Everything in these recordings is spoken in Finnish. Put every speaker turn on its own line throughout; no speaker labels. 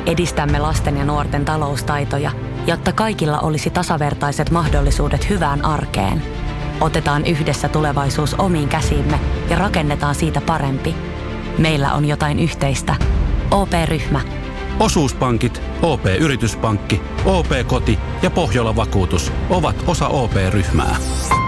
Edistämme lasten ja nuorten taloustaitoja, jotta kaikilla olisi tasavertaiset mahdollisuudet hyvään arkeen. Otetaan yhdessä tulevaisuus omiin käsiimme ja rakennetaan siitä parempi. Meillä on jotain yhteistä. OP-ryhmä.
Osuuspankit, OP-yrityspankki, OP-koti ja Pohjola-vakuutus ovat osa OP-ryhmää.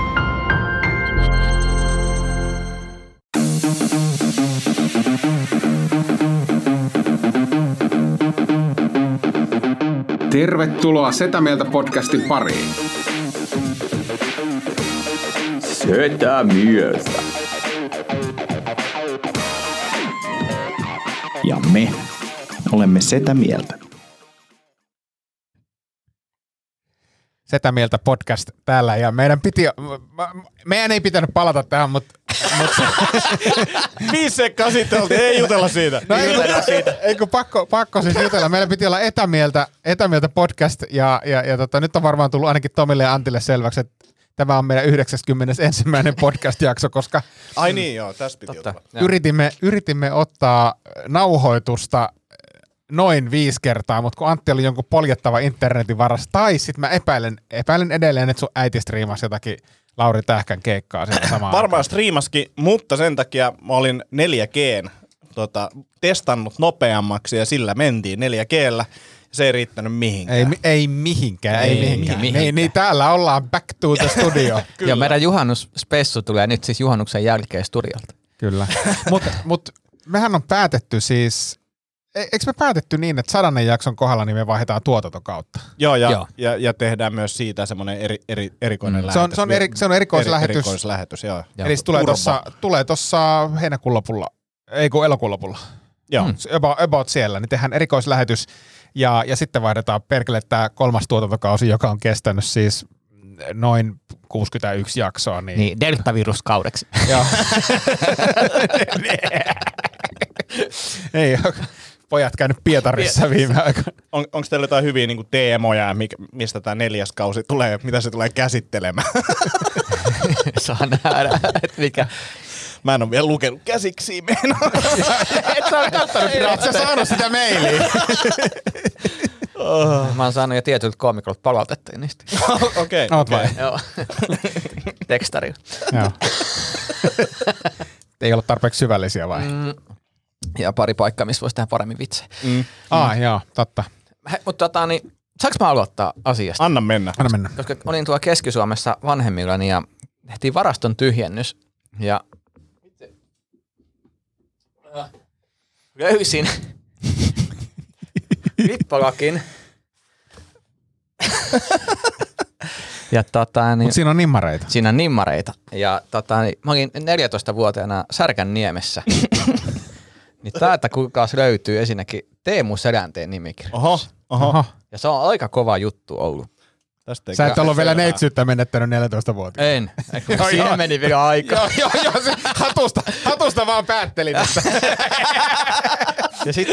Tervetuloa Setä Mieltä podcastin pariin.
Setä Mieltä. Ja me olemme Setä Mieltä.
Setä Mieltä podcast täällä ja meidän ei pitänyt palata tähän, mutta
5 sekkaa sitten oltiin, ei jutella siitä.
No eikö pakko siis jutella. Meillä piti olla etämieltä podcast ja nyt on varmaan tullut ainakin Tomille ja Antille selväksi, että tämä on meidän 91. podcast-jakso, koska
ai niin joo, tässä piti jutella.
Yritimme ottaa nauhoitusta noin 5 kertaa, mutta kun Antti oli jonkun poljettava internetin varassa, tai sitten mä epäilen edelleen, että sun äiti striimasi jotakin Lauri Tähkän keikkaa sieltä samaan
varmaan striimaskin, mutta sen takia mä olin 4G:n testannut nopeammaksi ja sillä mentiin 4G:llä. Se ei riittänyt mihinkään.
Ei mihinkään. Niin täällä ollaan back to the studio.
Ja meidän juhannusspessu tulee nyt siis juhannuksen jälkeen studiolta.
Kyllä. Mut mehän on päätetty siis, eikö me päätetty niin, että 100. jakson kohdalla niin me vaihdetaan tuotantokautta?
Joo. Ja tehdään myös siitä semmoinen erikoinen lähetys.
Se on erikoislähetys.
Erikoislähetys, joo.
Eli se tulee tossa heinäkuun lopulla, ei kun elokuun lopulla.
Joo.
About siellä, niin tehdään erikoislähetys ja sitten vaihdetaan perkele tämä 3. tuotantokausi, joka on kestänyt siis noin 61 jaksoa.
Niin deltaviruskaudeksi.
Joo. Ei, pojat käynyt Pietarissa viime aikoina.
Onko teillä jotain hyviä niinku teemoja, mistä tämä 4. kausi tulee, mitä se tulee käsittelemään?
Saa nähdä, että mikä.
Mä en ole vielä lukenut käsiksi.
Et sä ole kattanut. Et sä saanut sitä mailia.
Mä oon saanut jo tietyiltä koomikoilta palautetta niistä.
Okei.
Oot vai?
Joo. Tekstarilla.
Joo. Ei ollut tarpeeksi syvällisiä vai?
Ja pari paikkaa, missä voisi tehdä paremmin vitsejä.
Joo, totta.
Mutta saanko mä aloittaa asiasta?
Anna mennä.
Koska olin tuolla Keski-Suomessa vanhemmillani ja tehtiin varaston tyhjennys. Ja löysin lippalakin. Ja
Mut siinä on nimmareita.
Siinä on nimmareita. Ja mä olin 14-vuotiaana Särkänniemessä. Niin täältä kuulkaas löytyy ensinnäkin Teemu Selänteen nimikirjoitus.
Oho.
Ja se on aika kova juttu ollut.
Sä et ollut vielä neitsyyttä menettänyt 14-vuotiaana.
En. Siihen meni vielä aikaa.
Joo, hatusta vaan päättelin.
Ja sitten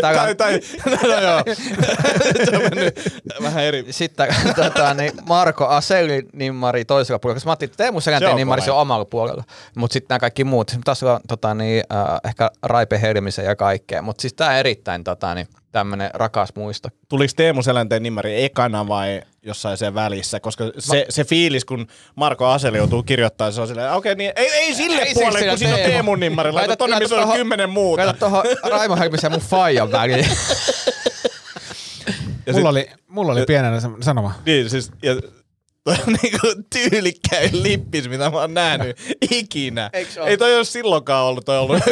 vähän eri.
Sitten Marko Aselin nimmari toisella puolella, koska mä ajattelin, että Teemu Selänteen nimmari se on omalla puolella. Mutta sitten nämä kaikki muut, tässä on ehkä Raipe Helmisen ja kaikkea. Mutta siis tää erittäin tämmönen rakas muisto.
Tuliko Teemu Selänteen nimmari ekana vai jossain sen välissä? Koska se fiilis, kun Marko Aseli joutuu kirjoittamaan, se on silleen, okei, niin ei sille puolelle, kun siinä on Teemun nimmari. Laita tonne, missä on 10 muuta.
Laita tohon Raimo Helmisen mun faijan väliin.
Mulla oli pienenä sanoma.
Niin, siis... Toi on niinku tyylikkäin lippis, mitä mä oon nähnyt ikinä. Ei toi ole silloinkaan ollut, toi on ollut.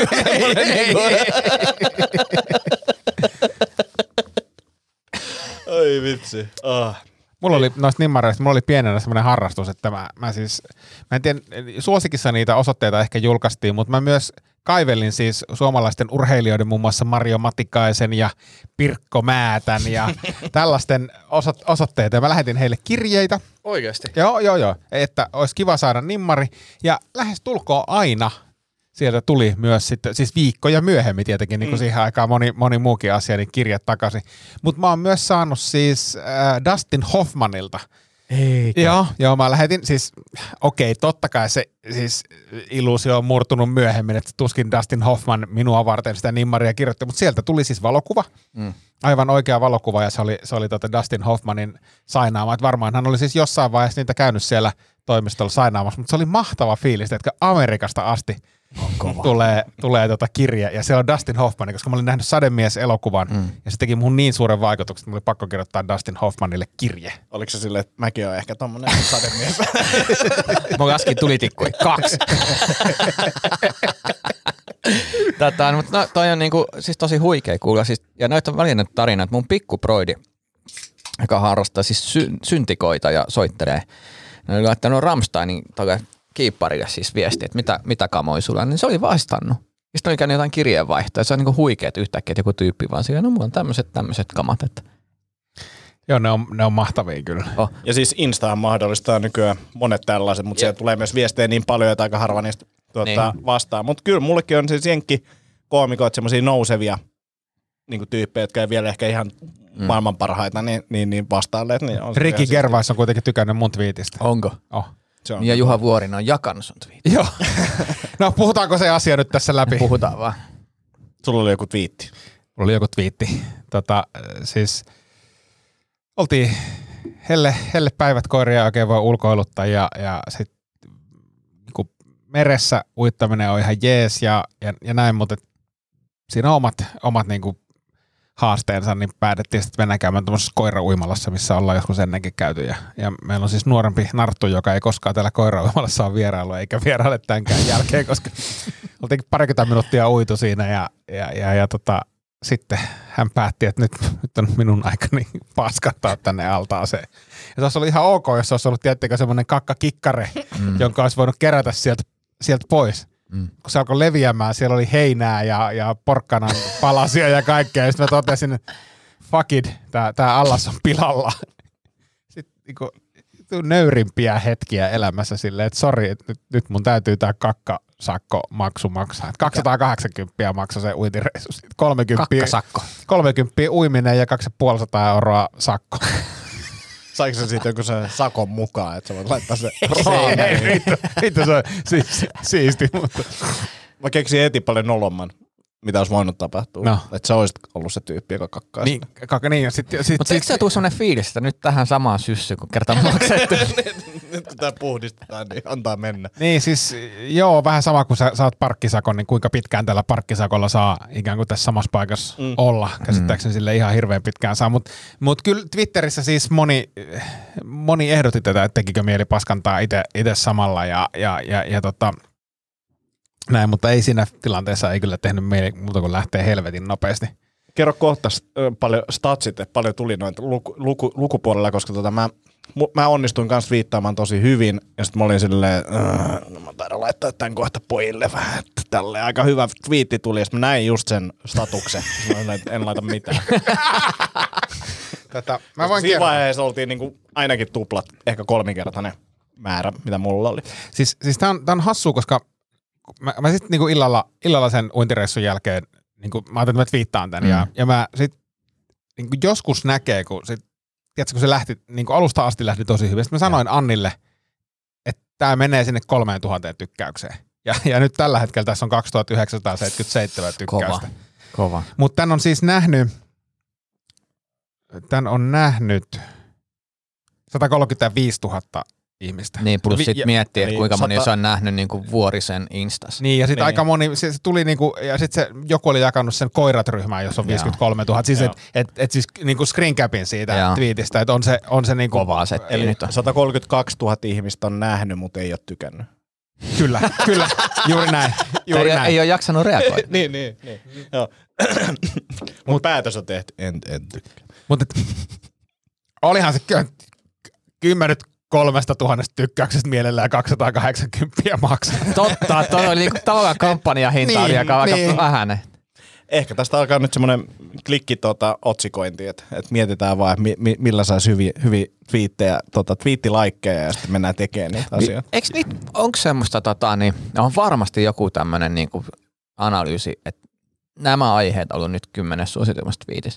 Oi vitsi.
Mulla oli noista nimmareista, mulla oli pienenä semmoinen harrastus, että mä en tiedä, Suosikissa niitä osoitteita ehkä julkaistiin, mutta mä myös kaivelin siis suomalaisten urheilijoiden, muun muassa Mario Matikaisen ja Pirkko Määtän ja tällaisten osoitteita. Ja mä lähetin heille kirjeitä.
Oikeasti?
Joo. Että olisi kiva saada nimmari. Ja lähes tulkoon aina sieltä tuli myös sitten, siis viikkoja myöhemmin tietenkin, niin kuin siihen aikaan moni muukin asia, niin kirjat takaisin. Mutta mä oon myös saanut siis Dustin Hoffmanilta Joo, mä lähetin, siis okei, totta kai se siis illuusio on murtunut myöhemmin, että tuskin Dustin Hoffman minua varten sitä nimmaria kirjoitti, mutta sieltä tuli siis valokuva, aivan oikea valokuva, ja se oli Dustin Hoffmanin sainaama, että varmaan hän oli siis jossain vaiheessa niitä käynyt siellä toimistolla sainaamassa, mutta se oli mahtava fiilis, että Amerikasta asti tulee kirje, ja se on Dustin Hoffman, koska mä olin nähnyt Sademies-elokuvan, ja se teki mun niin suuren vaikutuksen, että mulla oli pakko kirjoittaa Dustin Hoffmanille kirje.
Oliko se silleen, että mäkin olen ehkä tommonen sademies?
Mulla äsken tulitikkui 2. Mutta no, toi on niinku, siis tosi huikea kuulla. Siis, ja noita on välinen tarina, että mun pikkuproidi, joka harrastaa siis syntikoita ja soittelee, ne oli laittanut Rammsteinin kiipparille siis viestiä, että mitä kamoi sulla, niin se oli vastannut. Ja sitten oli käynyt jotain kirjeenvaihtoa, ja se on niinku huikeet yhtäkkiä, että joku tyyppi vaan siellä, no mulla on tämmöiset kamat. Että.
Joo, ne on mahtavia kyllä.
Ja siis Instahan mahdollistaa nykyään monet tällaiset, mutta siellä tulee myös viestejä niin paljon, että aika harva niistä vastaa. Mutta kyllä mullekin on siis jenkki-koomikoita, semmoisia nousevia niin tyyppejä, jotka ei vielä ehkä ihan maailman parhaita, niin vastailleet. Niin
Ricky Gervais on kuitenkin tykännyt mun twiitistä.
Onko? Ja Juha Vuorinen on jakanut sun twiitin.
Joo. No puhutaanko se asia nyt tässä läpi?
Puhutaan vaan.
Sulla oli joku twiitti.
Mulla oli joku twiitti. Siis oltiin helle päivät koiria oikein voi ulkoiluttaa ja sit niin meressä uittaminen on ihan jees ja näin, mutta siinä on omat niinku haasteensa, niin päätettiin sitten mennä käymään tuollaisessa koirauimalassa, missä ollaan joskus ennenkin käyty. Ja meillä on siis nuorempi Narttu, joka ei koskaan täällä koirauimalassa ole vierailu, eikä vieraile tämänkään jälkeen, koska oltiinkin 20 minuuttia uitu siinä ja sitten hän päätti, että nyt on minun aikani paskattaa tänne altaaseen. Ja tuossa oli ihan ok, jos olisi ollut tiettikö semmoinen kakkakikkare, jonka olisi voinut kerätä sieltä pois. Kun se alkoi leviämään, siellä oli heinää ja porkkanan palasia ja kaikkea. Ja sitten mä totesin, että fuck it, tää allas on pilalla. Sitten niinku, nöyrimpiä hetkiä elämässä silleen, että sori, että nyt mun täytyy tää kakkasakko-maksu maksaa. Et 280 maksoi se uintireissu. 30 uiminen ja 250 euroa sakko.
Saiko se siitä joku se sakon mukaan, että sä voit laittaa se
Vittu se on siisti, mutta
mä keksin heti paljon nolomman, mitä olisi voinut tapahtua.
No.
Että sä olisit ollut se tyyppi, joka kakkaa
niin,
sitä.
Mutta eikö se tule sellainen fiilis, että nyt tähän samaan syssy, kun kertaan maksettu?
Nyt kun tää puhdistetaan, niin antaa mennä.
Niin siis joo, vähän sama kuin sä saat parkkisakon, niin kuinka pitkään tällä parkkisakolla saa ikään kuin tässä samassa paikassa olla. Käsittääkseni sille ihan hirveän pitkään saa. Mut kyllä Twitterissä siis moni ehdotti tätä, että tekikö mieli paskantaa itse samalla ja näin, mutta ei siinä tilanteessa ei kyllä tehnyt mieli muuta kuin lähtee helvetin nopeasti.
Kerro kohta paljon statsit, että paljon tuli noita lukupuolella, koska mä onnistuin kanssa viittaamaan tosi hyvin, ja sitten mä olin silleen, mä taidan laittaa tämän kohta pojille vähän, että tälleen aika hyvä twiitti tuli, ja sitten mä näin just sen statuksen, en laita mitään.
Mä voin
siinä vaiheessa oltiin niinku ainakin tuplat, ehkä 3-kertainen määrä, mitä mulla oli.
Siis tää on hassua, koska mä sitten niinku illalla sen uintireissun jälkeen, niinku, mä ajattelin, että mä twiittaan tän, ja mä sit niinku joskus näkee, kun tiedätkö, kun se lähti, niinku alusta asti lähti tosi hyvin. Sitten mä sanoin Annille, että tää menee sinne 3000 tykkäykseen. Ja nyt tällä hetkellä tässä on 2977 tykkäystä.
Kova.
Mutta tän on nähnyt 135 000 ihmistä.
Niin, plus sitten miettii, että kuinka moni se on nähnyt niinku Vuorisen Instas.
Niin, ja sitten aika moni, se tuli niinku, ja sitten joku oli jakanut sen koirat-ryhmään, jossa on 53 000. Siis et siis niinku screencapin siitä twiitistä, että on se niinku
kovaa settiä.
Eli 132 000 ihmistä on nähnyt, mutta ei ole tykännyt.
Kyllä, juuri näin.
Ei ole jaksanut reagoida.
niin. Joo. Mut päätös on tehty, en tykkää.
Mutta olihan se 10 3000 tykkäyksestä mielellään 280 maksaa.
Totta, toi oli niinku tavallaan kampanjahinta oli aika vähäinen.
Ehkä tästä alkaa nyt semmoinen otsikointi, että mietitään vaan, millä saisi hyviä twiittejä, twiittilaikkeja ja sitten mennään tekemään niitä asioita.
Eikö niitä, onko semmoista, on varmasti joku tämmöinen niinku analyysi, että nämä aiheet on ollut nyt 10 suosituimmasta twiitissä.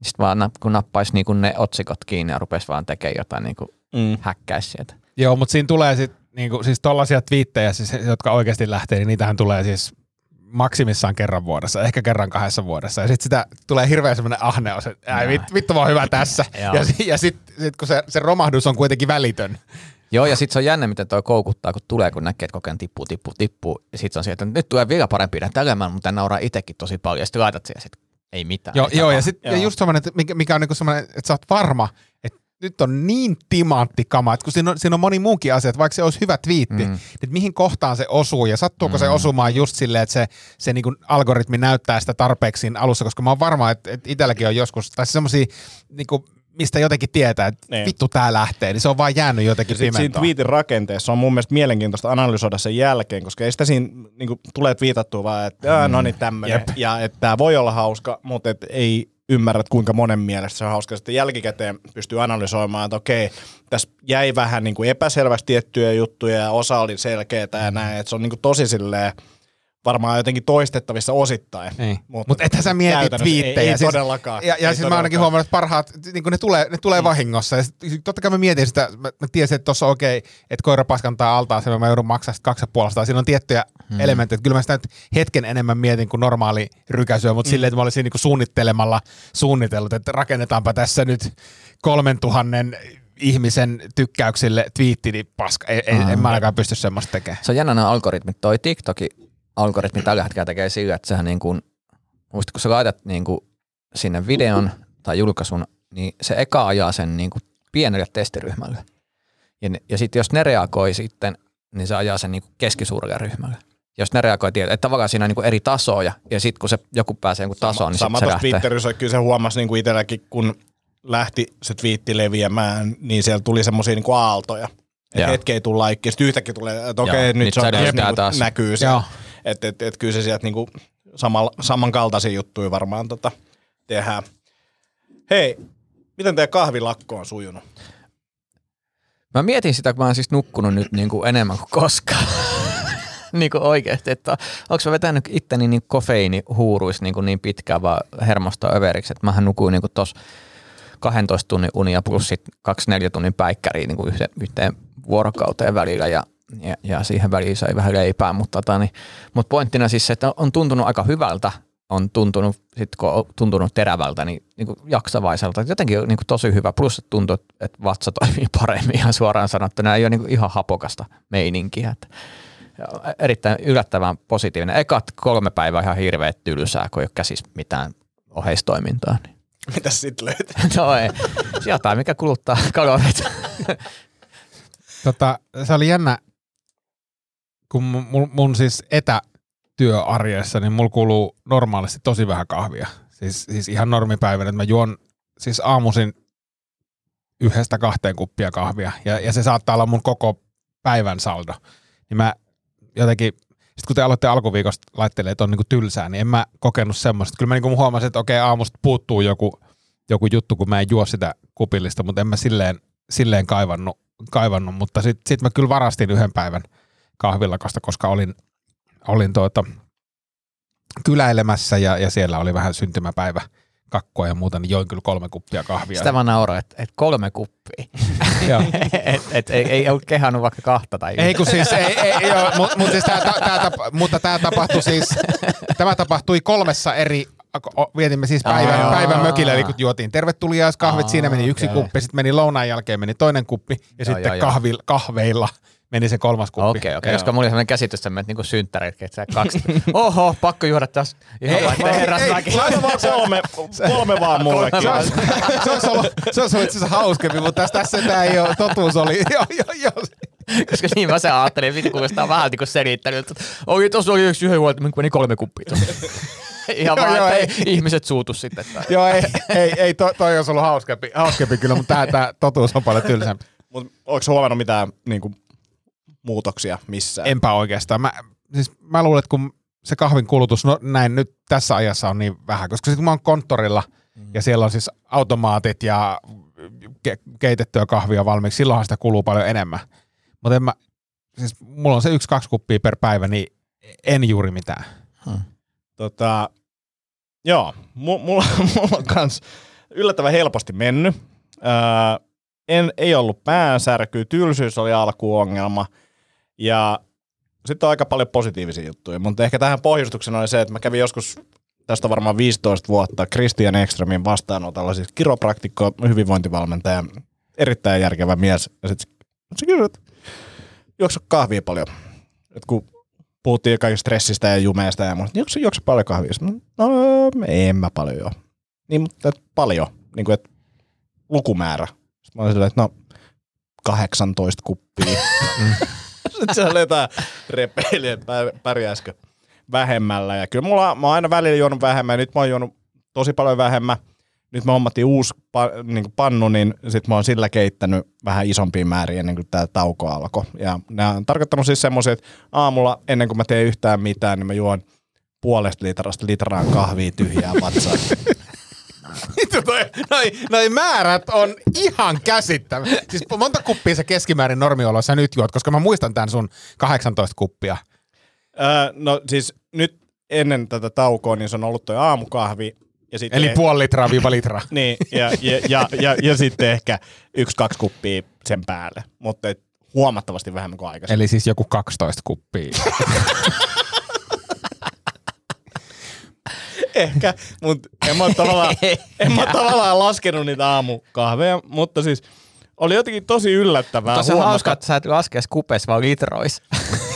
Sitten vaan kun nappaisi niinku ne otsikot kiinni ja rupesi vaan tekemään jotain niinku häkkäisi sieltä.
Joo, mutta siinä tulee sitten niinku, siis tollaisia twiittejä, siis, jotka oikeasti lähtee, niin niitähän tulee siis maksimissaan kerran vuodessa, ehkä kerran 2 vuodessa. Ja sitten sitä tulee hirveän semmoinen ahneus, että vittu mä oon hyvä tässä. Ja sit kun se romahdus on kuitenkin välitön.
Joo, ja sitten se on jännä, miten toi koukuttaa, kun tulee, kun näkee, että koko ajan tippuu. Ja sitten se on sieltä, että nyt tulee vielä parempi tällä, mutta nauraa itsekin tosi paljon. Ja sitten laitat siihen, että ei mitään.
Joo, ja just semmoinen, mikä on niinku semmoinen, että sä oot varma, että nyt on niin timantti kama, että kun siinä on moni muukin asia, että vaikka se olisi hyvä twiitti, että mihin kohtaan se osuu ja sattuuko se osumaan just silleen, että se niinku algoritmi näyttää sitä tarpeeksi siinä alussa, koska mä oon varma, että itselläkin on joskus, tai semmosia niinku, mistä jotenkin tietää, että vittu tää lähtee, niin se on vaan jäänyt jotenkin pimentoon.
Siinä tweetin rakenteessa on mun mielestä mielenkiintoista analysoida sen jälkeen, koska ei sitä siinä niinku, tulee twiitattua vaan, että no niin tämmönen, ja että tää voi olla hauska, mutta et ei ymmärrät, kuinka monen mielestä se on hauska. Sitten jälkikäteen pystyy analysoimaan, että okei, tässä jäi vähän niin kuin epäselvästi tiettyjä juttuja ja osa oli selkeätä ja näin, että se on niin kuin tosi silleen varmaan jotenkin toistettavissa osittain.
Mutta ethän sä mieti twiittejä.
Ei todellakaan.
Ja siis mä ainakin huomannut, että parhaat, niin ne tulee vahingossa. Ja totta kai mä mietin sitä, mä tiesin, että tuossa okei, että koira paskantaa altaan, sen mä joudun maksaa 2,5. Siinä on tiettyjä elementtejä. Kyllä mä sitä nyt hetken enemmän mietin kuin normaali rykäisyä, mutta silleen, että mä olisin niin suunnittelemalla suunnitellut, että rakennetaanpa tässä nyt 3000 ihmisen tykkäyksille twiitti, niin paska. En mä ainakaan pysty semmoista tekemään.
Se on jännä nämä algoritmit. Toi TikTokin algoritmi tällä hetkellä tekee sillä, että sehän niin kuin, muistat, kun sä laitat niin kuin sinne videon tai julkaisun, niin se eka ajaa sen niin kuin pienelle testiryhmälle. Ja sitten jos ne reagoi sitten, niin se ajaa sen niin kuin keskisuurelle ryhmälle. Jos ne reagoi, että tavallaan siinä on niin kuin eri tasoja, ja sitten kun se joku pääsee niin tasoon, niin sitten se lähtee.
Twitterissä kyllä se huomasi niin kuin itselläkin, kun lähti se twiitti leviämään, niin siellä tuli semmoisia niin kuin aaltoja. Että hetki ei tule laikki, sitten yhtäkkiä tulee, että okei, nyt se on taas näkyy se. Että kyllä se sieltä niinku samankaltaisia juttuja varmaan tehdään. Hei, miten teidän kahvilakko on sujunut?
Mä mietin sitä, kun mä oon siis nukkunut nyt niinku enemmän kuin koskaan. Niinku oikeesti, että onko mä vetänyt itteni niin kofeiinihuuruis niin pitkään vaan hermostoa överiksi, että mähän nukuin niinku tossa 12 tunnin unia plus sit 2-4 tunnin päikkäriä niinku yhteen vuorokauteen välillä ja siihen väliin sai vähän leipää, mutta pointtina siis se, että on tuntunut aika hyvältä, on tuntunut, sit kun on tuntunut terävältä, niin jaksavaiselta, jotenkin niin tosi hyvä, plus että tuntuu, että vatsa toimii paremmin ihan suoraan sanottuna, ei ole niin ihan hapokasta meininkiä, että erittäin yllättävän positiivinen. Ekat 3 päivää ihan hirveä tylsää, kun ei ole käsissä mitään oheistoimintaa. Niin.
Mitäs sit löytyy?
No ei, jotain, mikä kuluttaa kaloreita.
Se oli jännä, kun mun siis etätyöarjessa, niin mulla kuuluu normaalisti tosi vähän kahvia. Siis ihan normipäivänä, että mä juon siis aamuisin 1-2 kuppia kahvia. Ja se saattaa olla mun koko päivän saldo. Niin mä jotenkin, sit kun te aloitte alkuviikosta laittelemaan, että on niinku tylsää, niin en mä kokenut semmoista. Kyllä mä niinku huomasin, että okei, aamusta puuttuu joku juttu, kun mä en juo sitä kupillista, mutta en mä silleen kaivannut, mutta sit mä kyllä varastin 1 päivän kahvilakosta, koska olin kyläilemässä ja siellä oli vähän syntymäpäivä kakkoa ja muuta, niin join kyllä 3 kuppia kahvia.
Sitä mä nauroin, että 3 kuppia. ei ole kehannut vaikka 2 tai 1.
Ei kun siis, mutta tämä tapahtui 3 eri. Vietimme siis päivän mökillä, eli kun juotiin tervetuliaiskahvit, siinä meni 1 kuppi, sitten meni lounaan jälkeen meni 2 kuppi, ja sitten kahveilla meni se 3 kuppi.
Okei, koska mulla oli sellainen käsitys, että menet niinku synttärit, että sä 2, oho, pakko juoda tässä. Ihan vaikka herrasväki.
Laita vaan 3 vaan mullekin.
Se olisi ollut itse asiassa hauskempi, mutta tässä tämä ei ole, totuus oli, joo.
Koska niin mä sen ajattelin, että kuulostaa vähän niin kuin selittänyt, että tuossa oli 1 huolta, minkä meni 3 kuppia tuossa. Ihan vaan, että ihmiset suutu sitten.
Joo, ei toi olisi ollut hauskempi kyllä, mutta tämä totuus on paljon tylsempi.
Mutta ootko huomannut mitään niinku muutoksia missään?
Enpä oikeastaan. Mä luulen, että kun se kahvin kulutus, no näin nyt tässä ajassa on niin vähän, koska sitten kun mä oon konttorilla ja siellä on siis automaatit ja keitettyä kahvia valmiiksi, silloinhan sitä kuluu paljon enemmän. Mutta siis mulla on se 1-2 kuppia per päivä, niin en juuri mitään.
Joo, mulla on kans yllättävän helposti mennyt. Ei ollut päänsärkyä, tylsyys oli alkuongelma ja sitten on aika paljon positiivisia juttuja, mutta ehkä tähän pohjustuksena oli se, että mä kävin joskus tästä varmaan 15 vuotta Christian Ekströmin vastaanotolla, siis kiropraktikko, hyvinvointivalmentaja, erittäin järkevä mies. Ja sitten se kysyi, että juoksu kahvia paljon? Et kun puhuttiin kaikista stressistä ja jumeista ja muuta, juoksu paljon kahvia? No, en mä paljon joo. Niin, mutta paljon, niin kuin, että lukumäärä. Sitten mä olin silleen, että no 18 kuppia. Sitten se oli jotain repeiliä, että pärjäisikö vähemmällä. Ja kyllä mä oon aina välillä juonut vähemmän, nyt mä oon juonut tosi paljon vähemmän. Nyt mä hommattiin uusi niin pannu, niin sit mä oon sillä keittänyt vähän isompia määriä ennen kuin tää tauko alkoi. Ja nämä on tarkoittanut siis semmoisia, että aamulla ennen kuin mä teen yhtään mitään, niin mä juon 0,5 litrasta litraan kahvia tyhjää vatsaan.
Noi määrät on ihan käsittävä. Siis monta kuppia sä keskimäärin normioloissa nyt juot, koska mä muistan tän sun 18 kuppia.
No siis nyt ennen tätä taukoa, niin se on ollut toi aamukahvi. Ja
eli 0,5 litraa viiva litraa.
Niin, ja sitten ehkä 1-2 kuppia sen päälle, mutta huomattavasti vähemmän kuin aikaisemmin.
Eli siis joku 12 kuppia.
Ehkä, mutta en mä tavallaan laskenut niitä aamukahveja, mutta siis oli jotenkin tosi yllättävää.
Mutta se on hauska, että sä et laskea kupeissa vaan litroissa.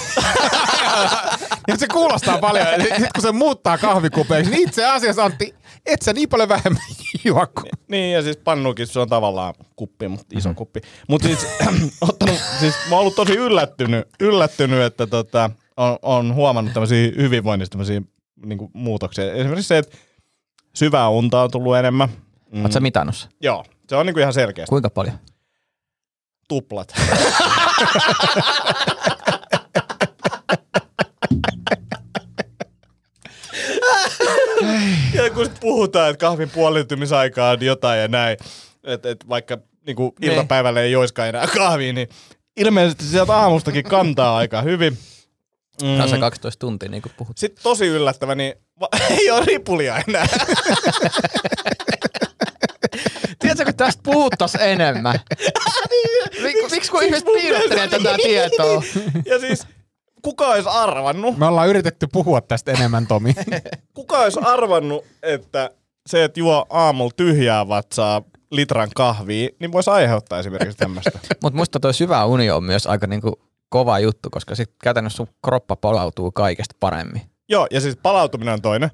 Ja se kuulostaa paljon. Sitten kun se muuttaa kahvikupeiksi, niin itse asiassa Antti, et sä niin paljon vähemmän juo.
Niin, ja siis pannukin se on tavallaan kuppi, mutta iso kuppi. Mutta siis mä oon ollut tosi yllättynyt että on huomannut tämmöisiä hyvinvoinnista tämmöisiä niinku muutoksia. Esimerkiksi se, että syvää unta on tullut enemmän.
Oot sä mitannut se?
Joo, se on niinku ihan selkeästi.
Kuinka paljon?
Tuplat. Ja kun puhutaan, että kahvin puolittumisaikaa on jotain ja näin, että vaikka niinku iltapäivällä ei joiskaan enää kahvia, niin ilmeisesti sieltä aamustakin kantaa aika hyvin.
Kanssa 12 tuntia, niin kuin puhut.
Sitten tosi yllättävä, niin ei ole ripulia enää.
Tiedätkö, kun tästä puhuttais enemmän? Miksi kun ihmiset piirrettelee tätä tietoa?
Ja siis kuka olisi arvannut?
Me ollaan yritetty puhua tästä enemmän, Tomi.
Kuka olisi arvannut, että se, että juo aamulla tyhjää vatsaa litran kahvia, niin voisi aiheuttaa esimerkiksi tämmöistä.
Mutta musta toi syvä uni on myös aika niinku kova juttu, koska sit käytännössä sun kroppa palautuu kaikesta paremmin.
Joo, ja siis palautuminen on toinen.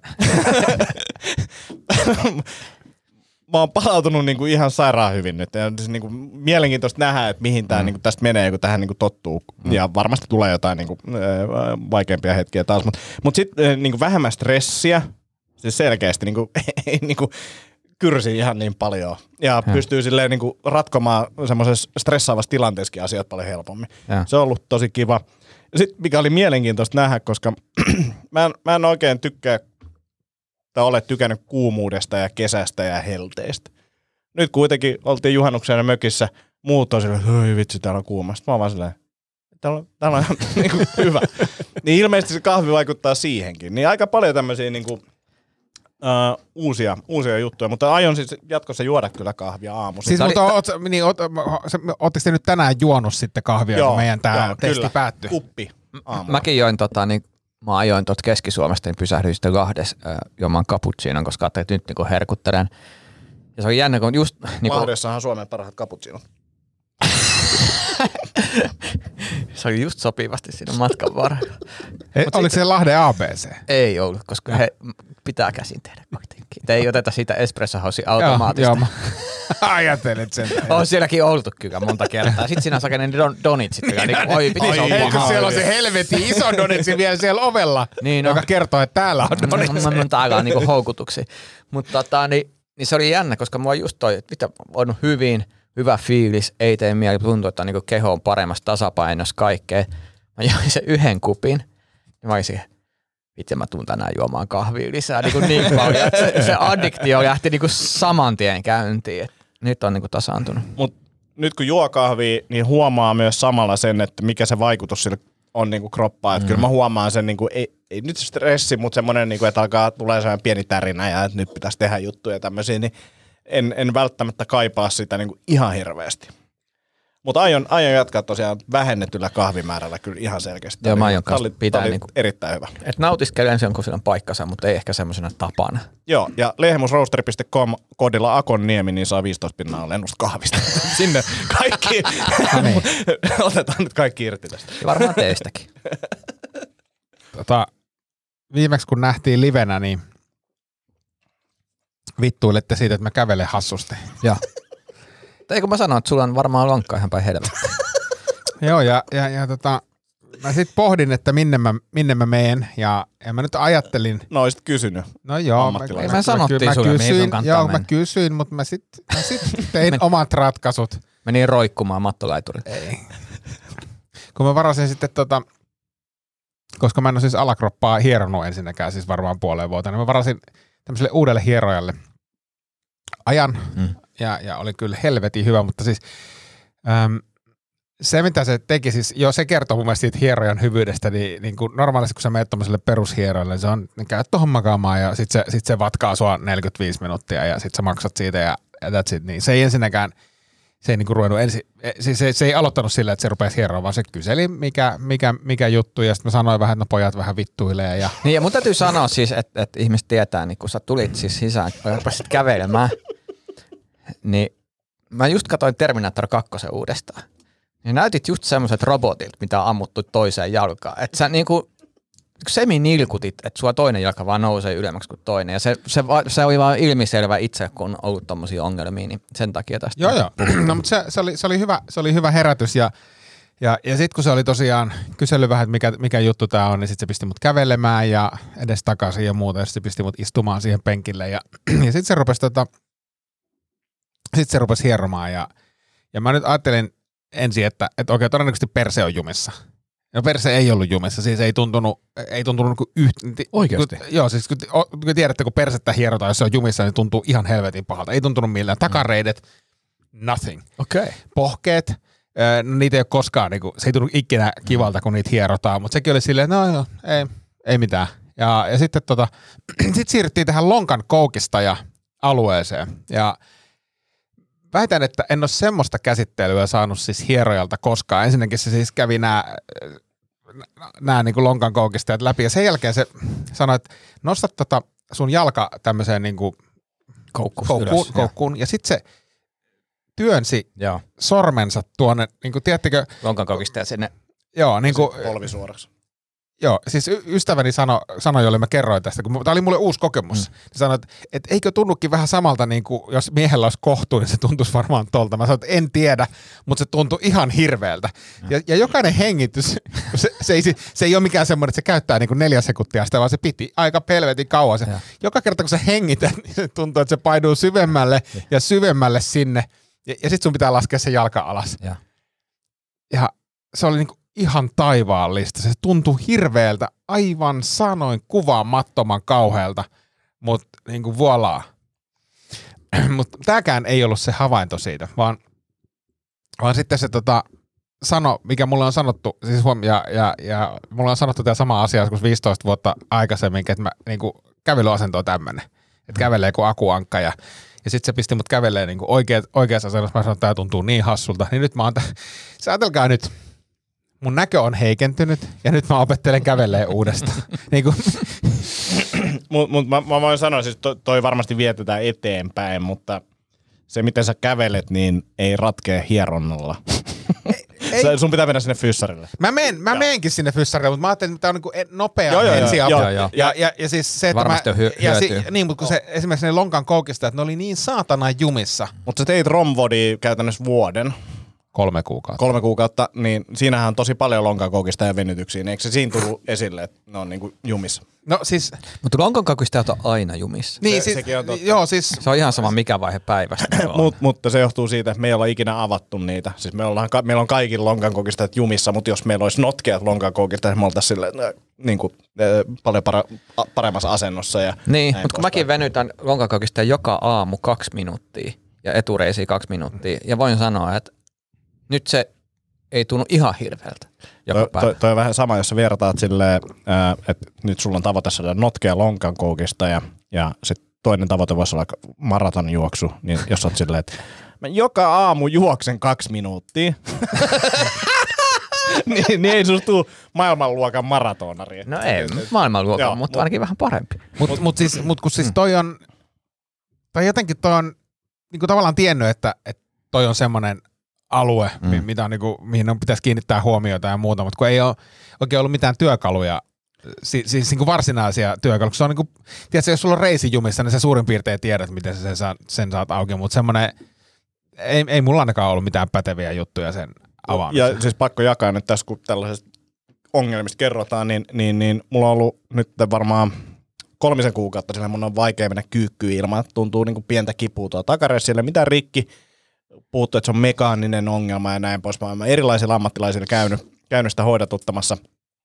Mä oon palautunut niinku ihan sairaan hyvin nyt. Ja siis niinku mielenkiintoista nähdä, että mihin tää niinku tästä menee, kun tähän niinku tottuu. Ja varmasti tulee jotain niinku vaikeampia hetkiä taas. Mut sitten niinku vähemmän stressiä. Siis selkeästi niinku, ei niinku kyrsi ihan niin paljon. Ja pystyy silleen niinku ratkomaan semmoisessa stressaavassa tilanteessakin asiat paljon helpommin. Se on ollut tosi kiva. Sitten mikä oli mielenkiintoista nähdä, koska mä en oikein tykkää tai ole tykännyt kuumuudesta ja kesästä ja helteistä. Nyt kuitenkin oltiin juhannuksena mökissä, muut on silleen, että oi vitsi, täällä on kuumasta. Mä oon vaan silleen, täällä on ihan niinku hyvä. Niin ilmeisesti se kahvi vaikuttaa siihenkin. Niin aika paljon tämmöisiä niinku uusia juttuja, mutta aion siis jatkossa juoda kyllä kahvia aamuisin.
Siis ootteko te nyt tänään juonut sitten kahvia, kun meidän tää testi päättyi?
Kuppi aamulla.
Mäkin join mä ajoin Keski-Suomesta, niin pysäähdyin sitten Lahdessa juomaan cappuccinon, koska ajattelin, että nyt niinku herkuttelen. Ja se oli jännä, kun just niinku
Lahdessahan Suomen parhaat cappuccinot.
se oli just sopivasti siinä matkan varrella.
Oliko se Lahden ABC?
Ei ollut, koska he pitää käsin tehdä kuitenkin. Ei oteta sitä espressohausia automaattista.
Joo, ajattelet sen.
On sielläkin oltu kyllä monta kertaa. Sitten siinä on sakenen donitsit.
Eikö siellä on se helvetin iso donitsi vielä siellä ovella, niin joka kertoo, että täällä on donitsi.
Täällä on niinku houkutuksia. Mutta niin se oli jännä, koska mulla just toi, että on hyvä fiilis, ei tee mieli, tuntuu, että niinku keho on paremmassa tasapainossa kaikkea. Mä join sen yhden kupin, ja mä olisin, vitsi mä tuun tänään juomaan kahvia lisää niin paljon, että se addiktio lähti niinku saman tien käyntiin. Nyt on niinku tasaantunut.
Mut nyt kun juo kahvia, niin huomaa myös samalla sen, että mikä se vaikutus sillä on niinku kroppaan. Että kyllä mä huomaan sen, niinku, ei nyt stressi, mutta semmoinen, niinku, että alkaa tulee sellainen pieni tärinä ja että nyt pitäisi tehdä juttuja ja tämmöisiä. Niin en välttämättä kaipaa sitä niin kuin ihan hirveästi. Mutta aion jatkaa tosiaan vähennetyllä kahvimäärällä kyllä ihan selkeästi.
Joo, mä aion kanssa pitää
niinku erittäin hyvä.
Et nautiskelen sen, kun sillä on paikkansa, mutta ei ehkä semmoisena tapana.
Joo, ja lehmusroasteri.com koodilla Akonniemi, niin saa 15% alennusta kahvista. Sinne kaikki. Otetaan nyt kaikki irti tästä.
Ja varmaan teistäkin.
Viimeksi kun nähtiin livenä, niin vittuilette siitä, että mä kävelen hassusti.
Joo. Eikö mä sanoa, että sulla on varmaan lonkka ihan päin helvettiä.
Joo, ja mä sit pohdin, että minne mä meen, ja mä nyt ajattelin.
No olisit kysynyt.
No joo,
mä sanottiin sulle, mihin sun kantaa
joo, mä kysyin, mutta mä sit tein omat ratkaisut.
Menin roikkumaan mattolaiturit.
Ei. Kun mä varasin sitten koska mä en ole siis alakroppaa hieronut ensinnäkään, siis varmaan puoleen vuoteen, niin mä varasin tämmöiselle uudelle hierojalle ajan, ja oli kyllä helvetin hyvä, mutta siis se, mitä se teki, siis se kertoo mun mielestä siitä hierojan hyvyydestä, niin kuin normaalisti, kun sä menet tommoselle perushieroille, se on, niin käyt tohon makaamaan, ja sit se vatkaa sua 45 minuuttia, ja sit sä maksat siitä, ja that's it, niin se ei ensinnäkään, se ei niinku ruvennut se ei aloittanut sillä, että se rupesi hieroa, vaan se kyseli, mikä juttu, ja sitten mä sanoin vähän, että no pojat vähän vittuilee. Ja
niin, ja mun täytyy sanoa siis, että ihmiset tietää, niin kun sä tulit siis sisään, kun rupesit kävelemään, niin mä just katsoin Terminator 2 uudestaan. Ja näytit just semmoiset robotit, mitä on ammuttu toiseen jalkaan. Että sä niinku semi-nilkutit, että sua toinen jalka vaan nousee ylemmäksi kuin toinen. Ja se oli vaan ilmiselvä itse, kun on ollut tommosia ongelmia, niin sen takia tästä.
Joo. No, mutta se oli hyvä herätys. Ja sitten kun se oli tosiaan kysellyt vähän, että mikä juttu tää on, niin sitten se pisti mut kävelemään ja edes takaisin ja muuta. Ja sitten se pisti mut istumaan siihen penkille. Ja sitten se rupesi hieromaan. Ja mä nyt ajattelin ensin, että okei, todennäköisesti perse on jumissa. No perse ei ollut jumissa, siis ei tuntunut kuin
oikeasti?
Joo, siis kun tiedätte, kun persettä hierotaan, jos se on jumissa, niin tuntuu ihan helvetin pahalta. Ei tuntunut millään. Takareidet, nothing.
Okay.
Pohkeet, niitä ei ole koskaan, niin kuin, se ei tunnu ikinä kivalta, kun niitä hierotaan, mutta sekin oli silleen, no joo, ei mitään. Ja sitten sit siirryttiin tähän lonkan koukistaja-alueeseen, ja väitän, että en ole semmoista käsittelyä saanut siis hierojalta koskaan. Ensinnäkin se siis kävi nämä niin kuin lonkan koukistajat läpi, ja sen jälkeen se sanoi, että nosta sun jalka tämmöiseen niin kuin koukkuun, ja sitten se työnsi sormensa tuonne, niin kuin tiedättekö?
Lonkan koukistaja sinne.
Joo, niin kuin
polvi suoraksi.
Joo, siis ystäväni sanoi, jolle mä kerroin tästä, kun tämä oli mulle uusi kokemus. Niin sanoi, että eikö tunnukin vähän samalta, niin kuin jos miehellä olisi kohtu, niin se tuntuisi varmaan tolta. Mä sanoin, että en tiedä, mutta se tuntui ihan hirveältä. Ja jokainen hengitys, se ei ole mikään semmoinen, että se käyttää niin kuin 4 sekuntia sitä, vaan se piti aika pelvetin kauan. Joka kerta, kun sä hengität, niin se tuntuu, että se painuu syvemmälle ja syvemmälle sinne. Ja sitten sun pitää laskea se jalka alas. Ja se oli niin kuin ihan taivaallista. Se tuntui hirveältä, aivan sanoin kuvaamattoman kauhealta, mutta niin kuin voilà. Mutta tämäkään ei ollut se havainto siitä, vaan sitten se sano, mikä mulle on sanottu, siis ja mulle on sanottu tämä sama asia joskus 15 vuotta aikaisemmin, että mä niinku kävelyasento on tämmönen, että kävelee kuin akuankka ja sitten se pisti mut kävelee niinku oikeassa asennossa, mä sanoin, että tämä tuntuu niin hassulta, niin nyt mä oon ajatelkaa nyt, mun näkö on heikentynyt ja nyt mä opettelen kävelee uudestaan.
Mutta mä voin sanoa, siis toi varmasti vietetään eteenpäin, mutta se miten sä kävelet, niin ei ratkea hieronnalla. Sun pitää mennä sinne fyssarille.
Mä meenkin sinne fyssarille, mutta mä ajattelin, että tämä on niinku nopea ensiapu. Ja siis se, että
varmasti on hyötyä.
Niin, mutta kun se esimerkiksi ne lonkan koukistajat, ne oli niin saatana jumissa.
Mutta sä teit romvodia käytännössä vuoden.
3 kuukautta.
3 kuukautta, niin siinähän on tosi paljon lonkankoukista ja venytyksiä. Eikö se siinä tullut esille, että ne on niinku jumissa?
No siis...
Mutta lonkankoukista on aina jumissa.
Niin,
sekin on totta.
Joo, siis...
Se on ihan sama mikä vaihe päivästä.
Mutta se johtuu siitä, että me ei olla ikinä avattu niitä. Siis meillä on kaikilla lonkankoukistajat jumissa, mutta jos meillä olisi notkeat lonkankoukistajat, me oltaisiin paljon paremmassa asennossa.
Niin, mutta kun mäkin venytän lonkankoukista joka aamu 2 minuuttia ja etureisiä 2 minuuttia, ja voin sanoa, että nyt se ei tunnu ihan hirveältä joka päivä.
Toi on vähän sama, jos sä vertaat silleen, että nyt sulla on tavoite saada notkea lonkankoukista ja sit toinen tavoite voisi olla maratonjuoksu, niin jos oot silleen, että mä joka aamu juoksen 2 minuuttia, niin ei susta tuu maailmanluokan maratonari.
No ei maailmanluokan, mutta ainakin vähän parempi.
Mut kun siis toi on niinku tavallaan tiennyt, että toi on semmoinen alue, mitä on niinku, mihin on pitäisi kiinnittää huomiota ja muuta, mutta kun ei ole oikein ollut mitään työkaluja, siis niinku varsinaisia työkaluja. Se on niinku, tiedätkö, jos sulla on reisijumissa, niin sä suurin piirtein tiedät, miten sen saat auki, mutta semmoinen, ei mulla ainakaan ollut mitään päteviä juttuja sen avaamiseen.
Ja siis pakko jakaa nyt tässä, kun tällaisesta ongelmista kerrotaan, niin mulla on ollut nyt varmaan 3 kuukautta, sillä mun on vaikea mennä kyykkyyn ilman, että tuntuu niinku pientä kipua tuolla takareissa, siellä mitään rikki, puhuttu, että se on mekaaninen ongelma ja näin pois. Mä oon erilaisilla ammattilaisilla käynyt sitä hoidatuttamassa.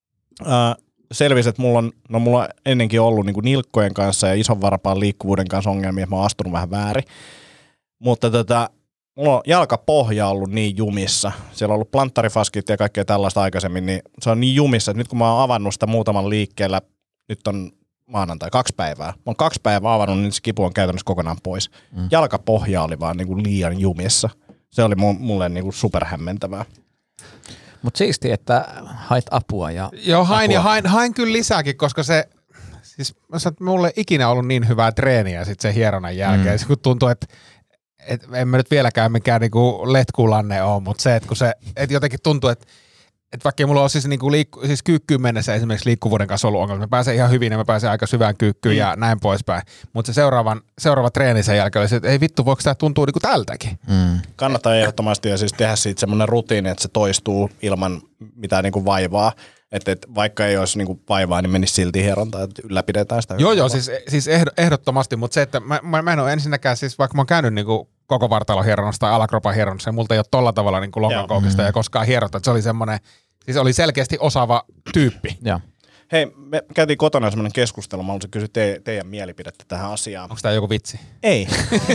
Selvisi, että mulla on ennenkin ollut niinku nilkkojen kanssa ja ison varpaan liikkuvuuden kanssa ongelmia, että mä oon astunut vähän väärin. Mutta mulla on jalkapohja ollut niin jumissa. Siellä on ollut planttarifaskit ja kaikkea tällaista aikaisemmin, niin se on niin jumissa, että nyt kun mä oon avannut sitä muutaman liikkeellä, nyt on maanantai 2 päivää. Mä oon 2 päivää avannut, niin se kipu on käytännössä kokonaan pois. Jalkapohja oli vaan niinku liian jumissa. Se oli mulle niinku superhämmentävää.
Mutta siistiä, että hait apua.
Joo, hain kyllä lisääkin, koska se, siis mulle ei ikinä ollut niin hyvää treeniä sit sen hieronnan jälkeen. Kun tuntuu, että en mä nyt vieläkään mikään niinku letkulanne ole, mutta se, että kun se, et jotenkin tuntuu, että vaikka mulla on siis, niinku siis kyykkyyn mennessä esimerkiksi liikkuvuuden kanssa ollut ongelma, mä pääsen ihan hyvin ja mä pääsen aika syvään kyykkyyn ja näin poispäin, mutta se seuraava treeni sen jälkeen oli se, että ei vittu, voiko tämä tuntua niinku tältäkin?
Kannattaa ehdottomasti ja siis tehdä siitä semmoinen rutiini, että se toistuu ilman mitään niinku vaivaa. Että vaikka ei olisi niinku vaivaa, niin menisi silti hierontaa, että ylläpidetään sitä.
Joo, siis ehdottomasti, mutta se, että mä en ole ensinnäkään, siis vaikka mä oon käynyt niinku koko vartalon hieronnassa tai alakropan hieronnassa, ja multa ei ole tolla tavalla niinku lonkankoukista ja koskaan hierota, että se oli semmoinen, siis oli selkeästi osaava tyyppi.
Joo.
Hei, me käytiin kotona semmoinen keskustelu, mä haluaisin kysyä teidän mielipidettä tähän asiaan.
Onko tää joku vitsi?
Ei.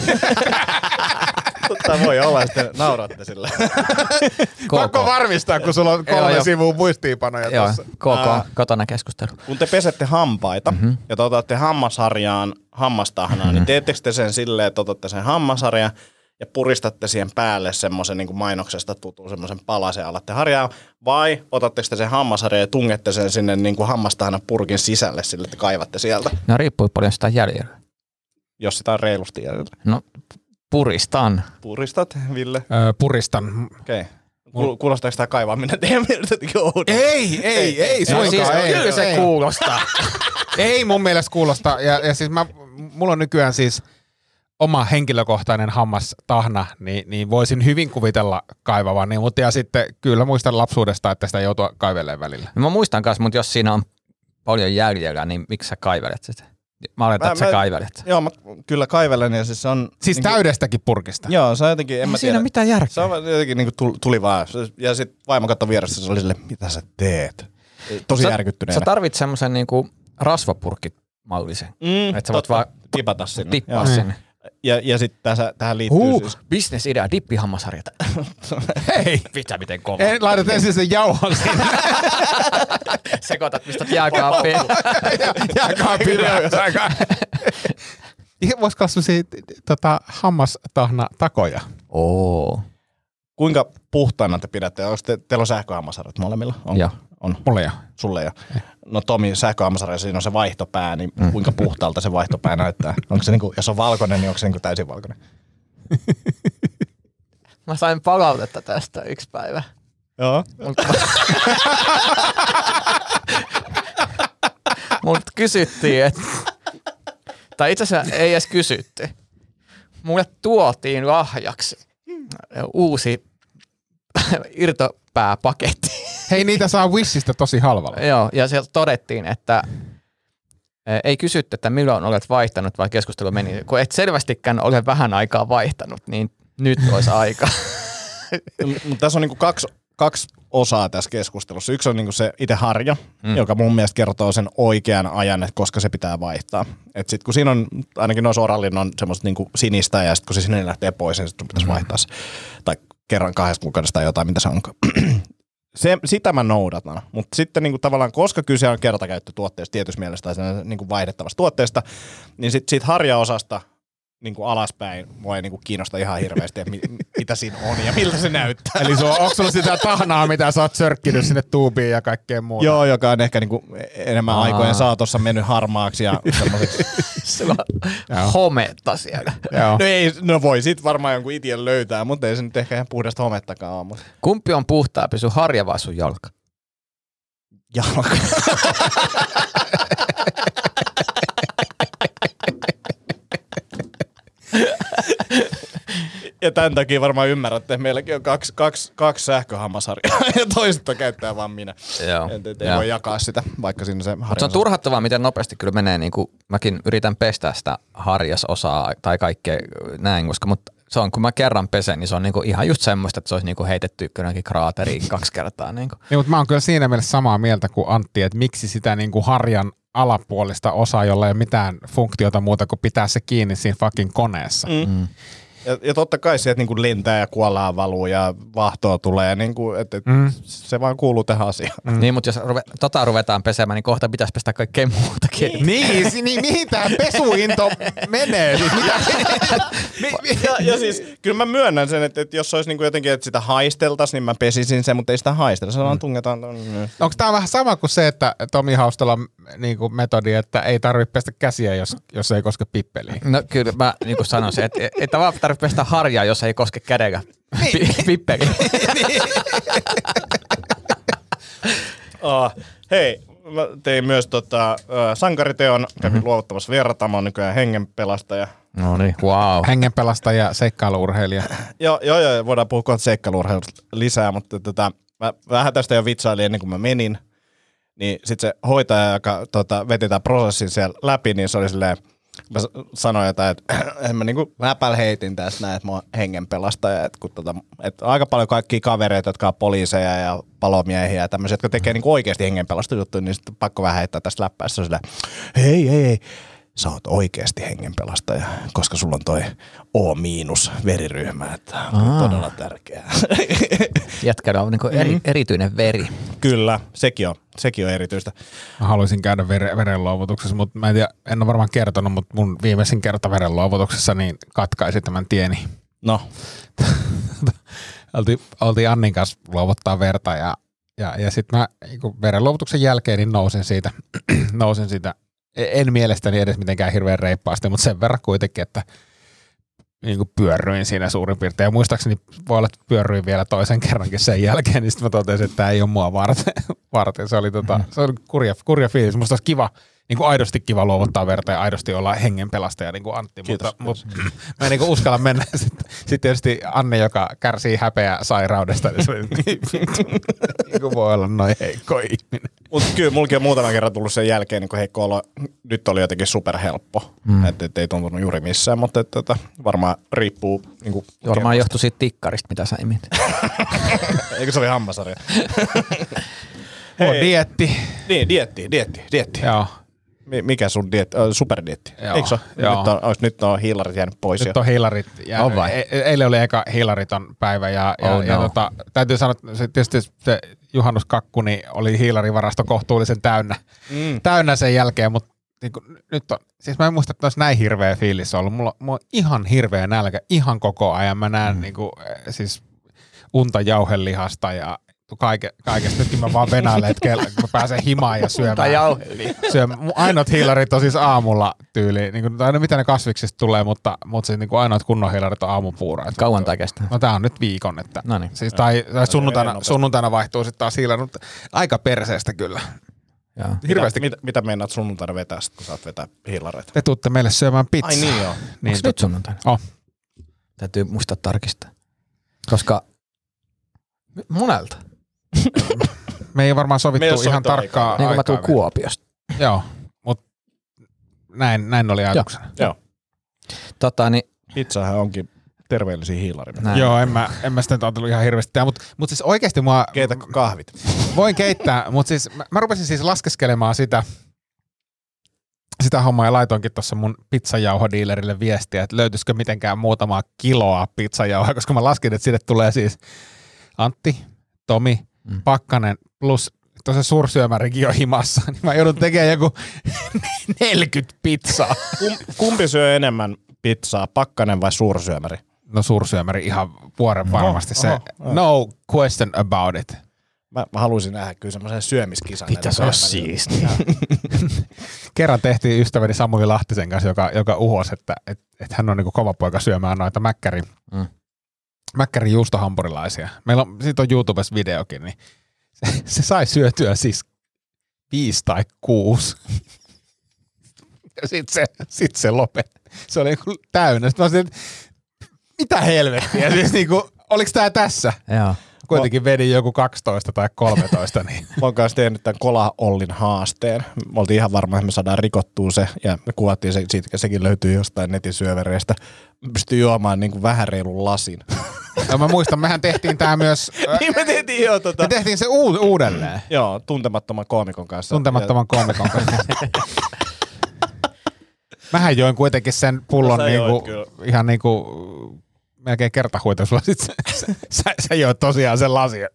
Tämä voi olla, että nauratte sillä.
Pakko varmistaa, kun sulla on 3 sivua muistiinpanoja tuossa.
Kotona keskustelu.
Kun te pesette hampaita ja te otatte hammasharjaan hammastahnaa, niin teettekö te sen silleen, että otatte sen hammasharjan ja puristatte siihen päälle semmoisen niin kuin mainoksesta tutun semmoisen palasen alatte harjaa, vai otatteko te sen hammasharjan ja tungette sen sinne niin kuin hammastahnan purkin sisälle sille, että kaivatte sieltä?
No riippuu paljon sitä jäljellä.
Jos sitä on reilusti jäljellä.
No puristan.
Puristat, Ville?
Puristan.
Okei. Okay. Kuulostaako tämä kaivaminen teidän mielestä oudolta?
Ei suinkaan.
Siis, kyllä se kuulostaa.
Ei mun mielestä kuulosta. Ja siis mulla on nykyään siis oma henkilökohtainen hammastahna, niin voisin hyvin kuvitella kaivavani, mutta ja sitten kyllä muistan lapsuudesta, että sitä joutuu kaivelemaan välillä.
No mä muistan kanssa, mutta jos siinä on paljon jäljellä, niin miksi sä kaivelet sitä? Mä oletan, että sä kaivelet.
Joo, mä kyllä kaivelen ja siis se on...
Siis niin täydestäkin purkista?
Joo, se on jotenkin, en mä
tiedä. Siinä mitään järkeä.
Se on jotenkin niin kuin tuli vaan. Ja sit vaimo katsoi vieressä, se oli silleen, mitä sä teet? Tosi järkyttyneenä.
Sä tarvit semmosen niinku rasvapurkkimallisen. Että sä voit vaan
tipata sinne.
Tippaa sinne.
Ja sitten tähän liittyy siis...
Business-idea, dippihammasharjat.
Hei!
Vitsa, miten kova.
Laitat ensin sen jauhon sinne.
Sekoitat, mistä jääkaappiin.
Jääkaappiin. Voisiko olla sellaisia hammastahna takoja?
Kuinka puhtaana te pidätte? Teillä on sähköhammasharjat molemmilla?
Joo.
On.
Mulla ei ole.
Sulle ei ole. No Tomi, sähköhammasharja, siinä on se vaihtopää, niin kuinka puhtaalta se vaihtopää näyttää? Onko se niinku, jos on valkoinen, niin onko se niinku täysin valkoinen?
Mä sain palautetta tästä 1 päivä.
Joo.
Mut kysyttiin, että... Tai itse asiassa ei edes kysytty. Mulle tuotiin lahjaksi uusi irtopääpaketti.
Hei, niitä saa Wishistä tosi halvalla.
Joo, ja sieltä todettiin, että ei kysytty, että milloin olet vaihtanut, vaan keskustelu meni. Kun et selvästikään ole vähän aikaa vaihtanut, niin nyt olisi aika.
Mutta tässä on niinku kaksi osaa tässä keskustelussa. Yksi on niinku se itse harja, joka mun mielestä kertoo sen oikean ajan, että koska se pitää vaihtaa. Et sit kun siinä on, ainakin noissa orallin on semmoista niinku sinistä, ja sitten kun se sinne lähtee pois, niin sitten pitäisi vaihtaa se. Tai kerran 2 kuukaudesta tai jotain, mitä se onkaan. sitä mä noudatan, mutta sitten niinku tavallaan, koska kyse on kertakäyttötuotteesta tietyssä mielessä tai niinku vaihdettavasta tuotteesta, niin sitten siitä harjaosasta niinku alaspäin voi niinku kiinnostaa ihan hirveästi, että mitä siinä on ja miltä se näyttää.
Eli onko sulla sitä tahnaa, mitä sä oot sörkkinyt sinne tuubiin ja kaikkeen muuta?
Joo, joka on ehkä niinku enemmän aikojen saatossa mennyt harmaaksi ja semmoiseksi.
Sulla on hometta siellä.
No voi sit varmaan jonkun itiön löytää, mutta ei se nyt ehkä ihan puhdasta homettakaan ole. Mutta.
Kumpi on puhtaampi, sun harja vai sun jalka?
Jalka. Ja tämän takia varmaan ymmärrätte, että meilläkin on kaksi sähköhammasharjaa ja toista käyttää vaan minä.
Joo.
Ei voi jakaa sitä, vaikka siinä se harjasosa.
Se on turhattavaa, miten nopeasti kyllä menee. Niin kuin mäkin yritän pestä sitä harjasosaa tai kaikkea näin, koska se on, kun mä kerran pesen, niin se on niinku ihan just semmoista, että se olisi niinku heitetty jonnekin kraateriin 2 kertaa. Niinku.
Niin, mutta mä oon kyllä siinä mielessä samaa mieltä kuin Antti, että miksi sitä niinku harjan alapuolista osaa, jolla ei ole mitään funktiota muuta kuin pitää se kiinni siinä fucking koneessa.
Ja totta kai sieltä niinku lentää ja kuollaan valuu ja vahtoa tulee, niinku, että se vaan kuuluu tähän asiaan.
Niin, mutta jos ruvetaan pesemään, niin kohta pitäisi pestä kaikkea muutakin.
Niin, mihin tämä pesuinto menee? Siis
ja siis kyllä mä myönnän sen, että jos olisi niinku jotenkin, että sitä haisteltaisiin, niin mä pesisin sen, mutta ei sitä haistella, se vaan tungetaan.
Onko tämä vähän sama kuin se, että Tomi Haustolan niinku metodi, että ei tarvitse pestä käsiä, jos ei koske pippeliin?
No kyllä mä niinku sanoisin, että vaan tarvitse pestä harjaa, jos ei koske kädellä pippeliin.
Hei, mä tein myös sankariteon, kävin luovuttamassa verta, mä oon nykyään hengenpelastaja.
No niin, wow.
Hengenpelastaja, seikkailu-urheilija.
Joo, voidaan puhua kohta seikkailu-urheilusta lisää, mutta mä vähän tästä jo vitsailin ennen kuin mä menin. Niin sit se hoitaja, joka veti tämän prosessin siellä läpi, niin se oli silleen, mä sanoin jotain, että mä niinku läpäl heitin tässä näin, että mä oon hengenpelastaja, että että aika paljon kaikkia kavereita, jotka on poliiseja ja palomiehiä ja tämmöisiä, jotka tekee niinku oikeasti hengenpelastusjuttuja, niin sitten pakko vähän heittää tästä läppää. Se on silleen, hei, sä oot oikeasti hengenpelastaja, koska sulla on toi O-veriryhmä, että on todella tärkeää.
Jätkällä on niinku erityinen veri.
Kyllä, sekin on erityistä.
Mä haluaisin käydä verenluovutuksessa, mutta mä en tiedä, en ole varmaan kertonut, mutta mun viimeisin kerta verenluovutuksessa niin katkaisi tämän tieni.
No.
Oltiin Annin kanssa luovuttaa verta ja sitten mä verenluovutuksen jälkeen niin nousin siitä, en mielestäni edes mitenkään hirveän reippaasti, mutta sen verran kuitenkin, että niin kuin pyörryin siinä suurin piirtein. Ja muistaakseni voi olla, että pyörryin vielä toisen kerrankin sen jälkeen, niin sitten mä totesin, että tämä ei ole mua varten. Se oli kurja fiilis. Musta olisi kiva, niin kuin aidosti kiva luovuttaa verta ja aidosti olla hengenpelastaja niin kuin Antti.
Kiitos.
Mutta mä en niin kuin uskalla mennä. Sitten tietysti Anne, joka kärsii häpeä sairaudesta, niin se niin kuin voi olla noin heikko ihminen.
Mutta kyllä mullakin on muutaman kerran tullut sen jälkeen niin heikko olo. Nyt oli jotenkin superhelppo. Että ei tuntunut juuri missään, mutta varmaan riippuu. Niin
varmaan johtui siitä tikkarista, mitä sä imit.
Eikö se oli hammasarja?
On dieetti.
Niin, dieetti.
Joo.
Mikä sun dieetti? Superdietti. Eikö se ole? Nyt on hiilarit jäänyt pois.
Nyt on hiilarit jäänyt. Eilen oli eka hiilariton päivä ja täytyy sanoa, että tietysti se juhannuskakku niin oli hiilarivarasto kohtuullisen täynnä sen jälkeen, mutta niin nyt on, siis mä en muista, että olisi näin hirveä fiilis ollut. Mulla on ihan hirveä nälkä ihan koko ajan. Mä näen siis unta jauhelihasta ja kaikesta. Nytkin mä vaan venailen, että mä pääsen himaan ja syömään. Ainoat hiilarit on siis aamulla tyyliin. Niin tai mitä ne kasviksista tulee, mutta siis niin ainoat kunnon hiilarit on aamupuuraa.
Kauan tää kestää?
No tää on nyt viikon. Että,
Noniin.
Siis, tai sunnuntaina vaihtuu sitten taas hiilarit. Aika perseestä kyllä.
Hirveästi. Mitä meinaat sunnuntaina vetää, kun saat vetää hiilareita?
Te tuutte meille syömään pizzaa.
Ai niin joo.
Onko nyt sunnuntaina? Täytyy muistaa tarkistaa. Koska monelta.
Me ei varmaan sovittu ihan tarkkaa.
Niin kuin mä tuun Kuopiosta.
Joo, mutta näin oli ajatuksena.
Joo.
Niin,
pizzahan onkin terveellisiä hiilaria.
Joo, en mä sitä ajatellut ihan hirveästi tehdä, mutta siis oikeasti mua...
Keitäkö kahvit?
Voin keittää, mutta siis mä rupesin siis laskeskelemaan sitä hommaa ja laitoinkin tuossa mun pizzajauhodiilerille viestiä, että löytyisikö mitenkään muutamaa kiloa pizzajauhoa, koska mä laskin, että sinne tulee siis Antti, Tomi, pakkanen plus tuossa suursyömärikin on himassa, niin mä joudun tekemään joku 40 pizzaa.
Kumpi syö enemmän pizzaa, pakkanen vai suursyömäri?
No suursyömäri ihan vuoren varmasti. No question about it.
Mä haluaisin nähdä kyllä semmoisen syömiskisan.
Pitäisi olla siistiä.
Kerran tehtiin ystäväni Samuli Lahtisen kanssa, joka uhosi, että hän on niinku kova poika syömään noita mäkkärin juustohampurilaisia. Siitä on YouTubessa videokin, niin se sai syötyä siis 5 tai 6. Ja sit se lopetti. Se oli niinku täynnä. Sitten mä olisin, että mitä helvettiä? Siis niinku, oliks tää tässä?
Joo.
Kuitenkin vedin joku 12 tai 13. Niin.
Mä oon kanssa tehnyt tämän Kola-Ollin haasteen. Me oltiin ihan varma, että me saadaan rikottua se, ja me kuvattiin se, sekin löytyy jostain netin syövereistä. Pystyi juomaan niin kuin vähän reilun lasin.
No mä muistan, mehän tehtiin tää myös...
Niin me tehtiin jo
Me tehtiin se uudelleen.
Joo, tuntemattoman koomikon kanssa.
Tuntemattoman koomikon kanssa. Mähän join kuitenkin sen pullon niinku, ihan niinku... melkein kertahuitosulla, sit sä joit tosiaan sen lasin.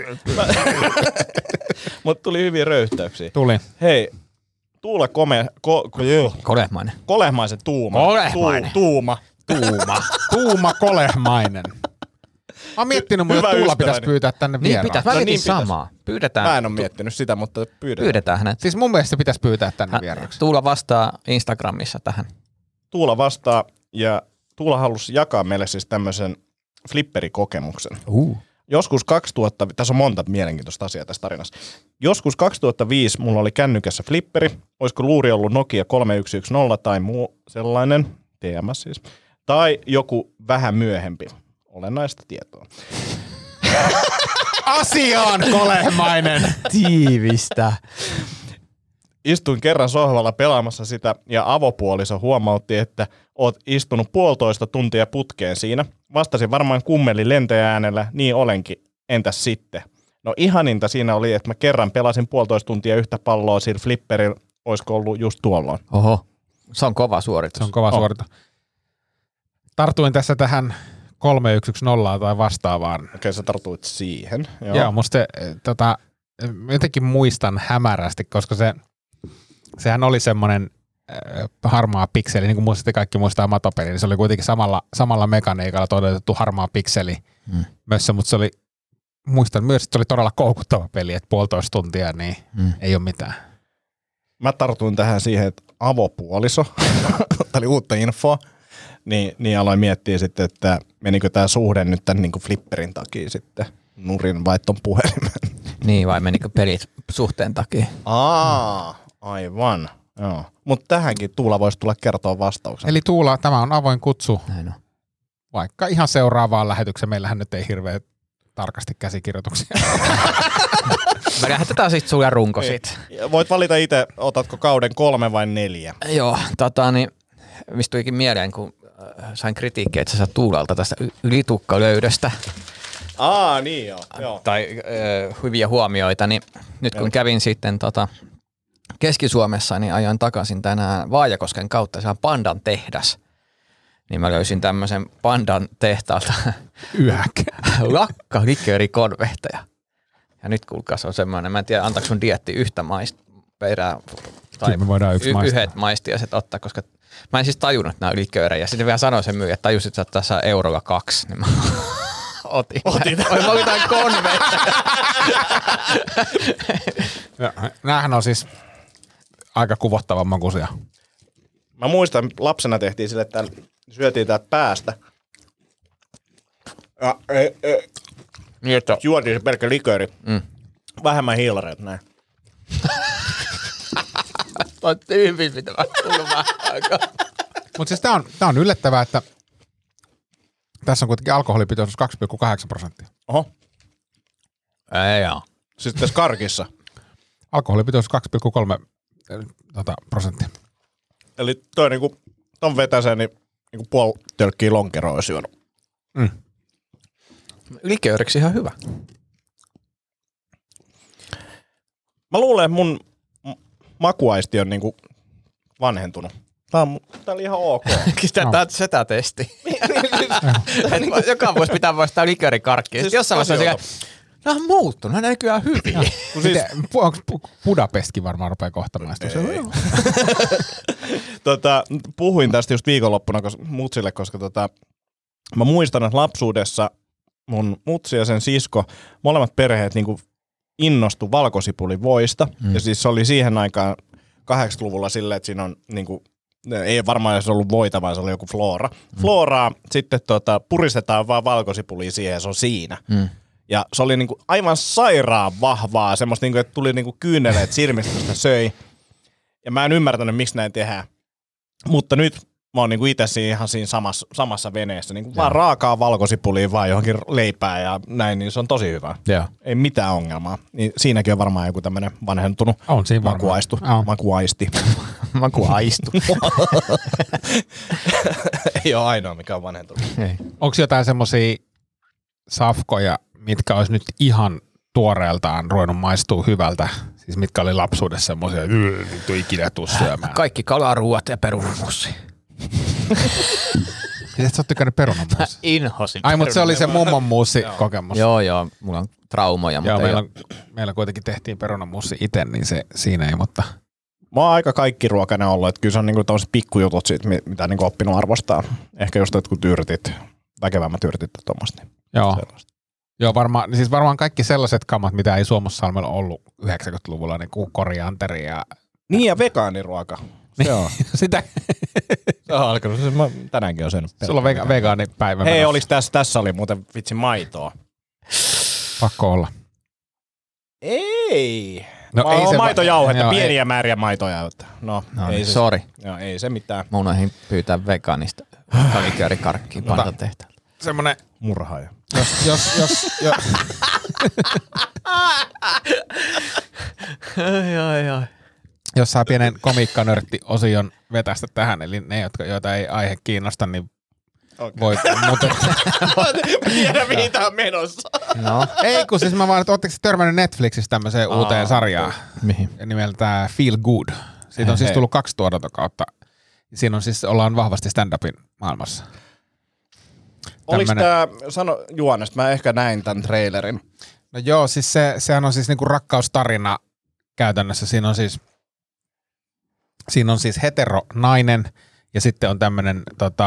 Mutta tuli hyviä röyhtäyksiä.
Tuli.
Hei, Tuula
Kolehmainen.
Kolehmaisen Tuuma.
Kolehmainen.
Tuuma Kolehmainen. Mä oon miettinyt, että Tuula pitäisi pyytää tänne vieraan.
Niin pitäisi, mä mietin samaa. Pyydetään.
Mä en oo miettinyt sitä, mutta
pyydetään hänet.
Siis mun mielestä se pitäisi pyytää tänne vieraaksi.
Tuula vastaa Instagramissa tähän.
Tuula vastaa ja Tuula halusi jakaa meille siis tämmöisen flipperikokemuksen. Joskus 2000, tässä on monta mielenkiintoista asiaa tässä tarinassa. Joskus 2005 mulla oli kännykässä flipperi. Olisiko luuri ollut Nokia 3110 tai muu sellainen, TMS siis, tai joku vähän myöhempi. Olennaista tietoa.
Asiaan, Kolehmainen!
Tiivistä.
Istuin kerran sohvalla pelaamassa sitä ja avopuoliso huomautti, että oot istunut 1,5 tuntia putkeen siinä. Vastasin varmaan kummeli lentäjäänellä, niin olenkin. Entäs sitten? No ihaninta siinä oli, että mä kerran pelasin 1,5 tuntia yhtä palloa sillä flipperillä. Olisiko ollut just tuolloin?
Oho, se on kova suoritus.
Se on kova suoritus. Tartuin tässä tähän 3110 tai vastaavaan.
Okei, sä tartuit siihen.
Joo, musta se, jotenkin muistan hämärästi, koska sehän oli semmoinen harmaa pikseli, niin kuin muistatte kaikki muistaa Matopeli, niin se oli kuitenkin samalla mekaniikalla toteutettu harmaa pikseli mössä, mutta se oli, muistan myös, että se oli todella koukuttava peli, että 1,5 tuntia, niin ei ole mitään.
Mä tartuin tähän siihen, että avopuoliso, tämä oli uutta infoa, niin aloin miettiä sitten, että menikö tämä suhde nyt tämän niin kuin flipperin takia sitten nurin vai ton puhelimen.
Niin, vai menikö pelit suhteen takia?
Aivan. Joo. Mutta tähänkin Tuula voisi tulla kertoa vastauksen.
Eli Tuula, tämä on avoin kutsu.
Näin on.
Vaikka ihan seuraavaan lähetykseen. Meillähän nyt ei hirveän tarkasti käsikirjoituksia.
Me lähetetään sitten sulle runko sit.
Voit valita itse, otatko kauden 3 vai 4.
Joo, niin mistä tulikin mieleen, kun sain kritiikkiä itse asiassa Tuulalta tästä ylitukkalöydöstä.
Niin joo.
Tai hyviä huomioita, niin nyt kun kävin sitten Keski-Suomessa, niin ajoin takaisin tänään Vaajakosken kautta, se on Pandan tehdas. Niin mä löysin tämmöisen Pandan tehtaalta lakka-liköörikonvehteja. Ja nyt kuulkaa, se on semmoinen, mä en tiedä antaako sun dieetti yhtä perää tai yhdet maistiaiset ottaa, koska mä en siis tajunnut, että nämä on liköörejä. Sitten vielä sanoin sen myyjä, että tajusit, että tässä on eurolla 2, niin mä otin. Mä olin jotain konvehteja.
Nämähän on siis aika kuvottavan makuisia.
Mä muistan, lapsena tehtiin sille, että syötiin täältä päästä. Ja niin, että juotiin se pelkkä likööri. Vähemmän hiilareita näin.
Toi tyypis, mitä mä tullut vähän aikaa.
Mutta siis tää on yllättävää, että tässä on kuitenkin alkoholipitoisuus 2,8%.
Oho.
Ei joo.
Siis tässä karkissa.
Alkoholipitoisuus 2,3%.
Eli toi niinku, ton vetäseen, niin niinku puoli tölkkiä lonkeroa olisi juonut.
Likööriksi ihan hyvä.
Mä luulen, että mun makuaisti on niinku vanhentunut. Tää oli ihan ok.
Tää on setä-testi. Joka vuosi pitää voistaa liköörikarkkia. Siis jossain vaiheessa Nämä on muuttunut, nämä näkyy hyvin.
Budapestkin varmaan rupeaa kohta maistumaan.
Puhuin tästä just viikonloppuna mutsille, koska mä muistan, että lapsuudessa mun mutsi ja sen sisko, molemmat perheet niinku innostu valkosipulivoista. Ja siis se oli siihen aikaan 80-luvulla silleen, että siinä on niinku, ei varmaan edes ollut voita, vaan se oli joku Flora. Floraa sitten puristetaan vaan valkosipulia siihen ja se on siinä. Ja se oli niinku aivan sairaan vahvaa, semmoista niinku, että tuli niinku kyyneleet silmistä, kun sitä söi. Ja mä en ymmärtänyt, miksi näin tehdään. Mutta nyt mä oon niinku itse ihan siinä samassa veneessä. Niinku vaan raakaa valkosipulia vaan johonkin leipää ja näin, niin se on tosi hyvä.
Joo.
Ei mitään ongelmaa. Niin siinäkin on varmaan joku tämmönen vanhentunut makuaisti.
Makuaistu.
Ei ole ainoa, mikä on vanhentunut.
Onko jotain semmosia safkoja, mitkä olisi nyt ihan tuoreeltaan ruvennut maistua hyvältä? Siis mitkä oli lapsuudessa semmoisia, nyt ei ikinä tuu syömään.
Kaikki kalaruuat ja perunamussi.
Ja et sä oot tykännyt perunamuussia?
Inhosin.
Ai, mutta se oli se mummon muussi-kokemus.
Joo, mulla on traumoja.
Joo, meillä kuitenkin tehtiin perunamuussi itse, niin se siinä ei, mutta...
Mä oon aika kaikkiruokainen ollut, että kyllä se on niinku tämmöiset pikkujutut siitä, mitä niinku oppinut arvostaa. Ehkä just jotkut yrtit, väkevämmät yrtit ja tommoista.
Joo. Joo, varmaan kaikki sellaiset kamat, mitä ei Suomussalmella ollut 90-luvulla, niin kuin korianteri ja...
Niin ja vegaaniruoka. Se on.
Sitä...
Se on alkanut. Mä tänäänkin oon syönyt.
Sulla on vegaanipäivä.
Hei, oliks tässä oli muuten vitsi maitoa?
Pakko olla.
Ei.
No ei se
maitojauhetta, pieniä määriä maitojauhetta. No ei se.
Sorry.
Joo, ei se mitään.
Mä unohdin pyytää vegaanista kaliköörikarkkiin pantatehtaalta.
Semmonen
murhaaja.
Jos jos saa pienen komiikkanörtti-osion vetästä tähän, eli ne, joita ei aihe kiinnosta, niin voit. Mutta
mä tiedän, mihin tää on menossa.
No.
Ei, kun siis mä vaan, että ootteko törmännyt Netflixissä tämmöiseen uuteen sarjaan?
Mihin?
Nimeltä Feel Good. Siitä on siis tullut 2 tuotantokautta. Siinä on siis, ollaan vahvasti stand-upin maailmassa.
Oliko tää, sano Juanes, mä ehkä näin tän trailerin.
No joo, siis sehän on siis niinku rakkaustarina käytännössä. Siinä on siis heteronainen ja sitten on tämmönen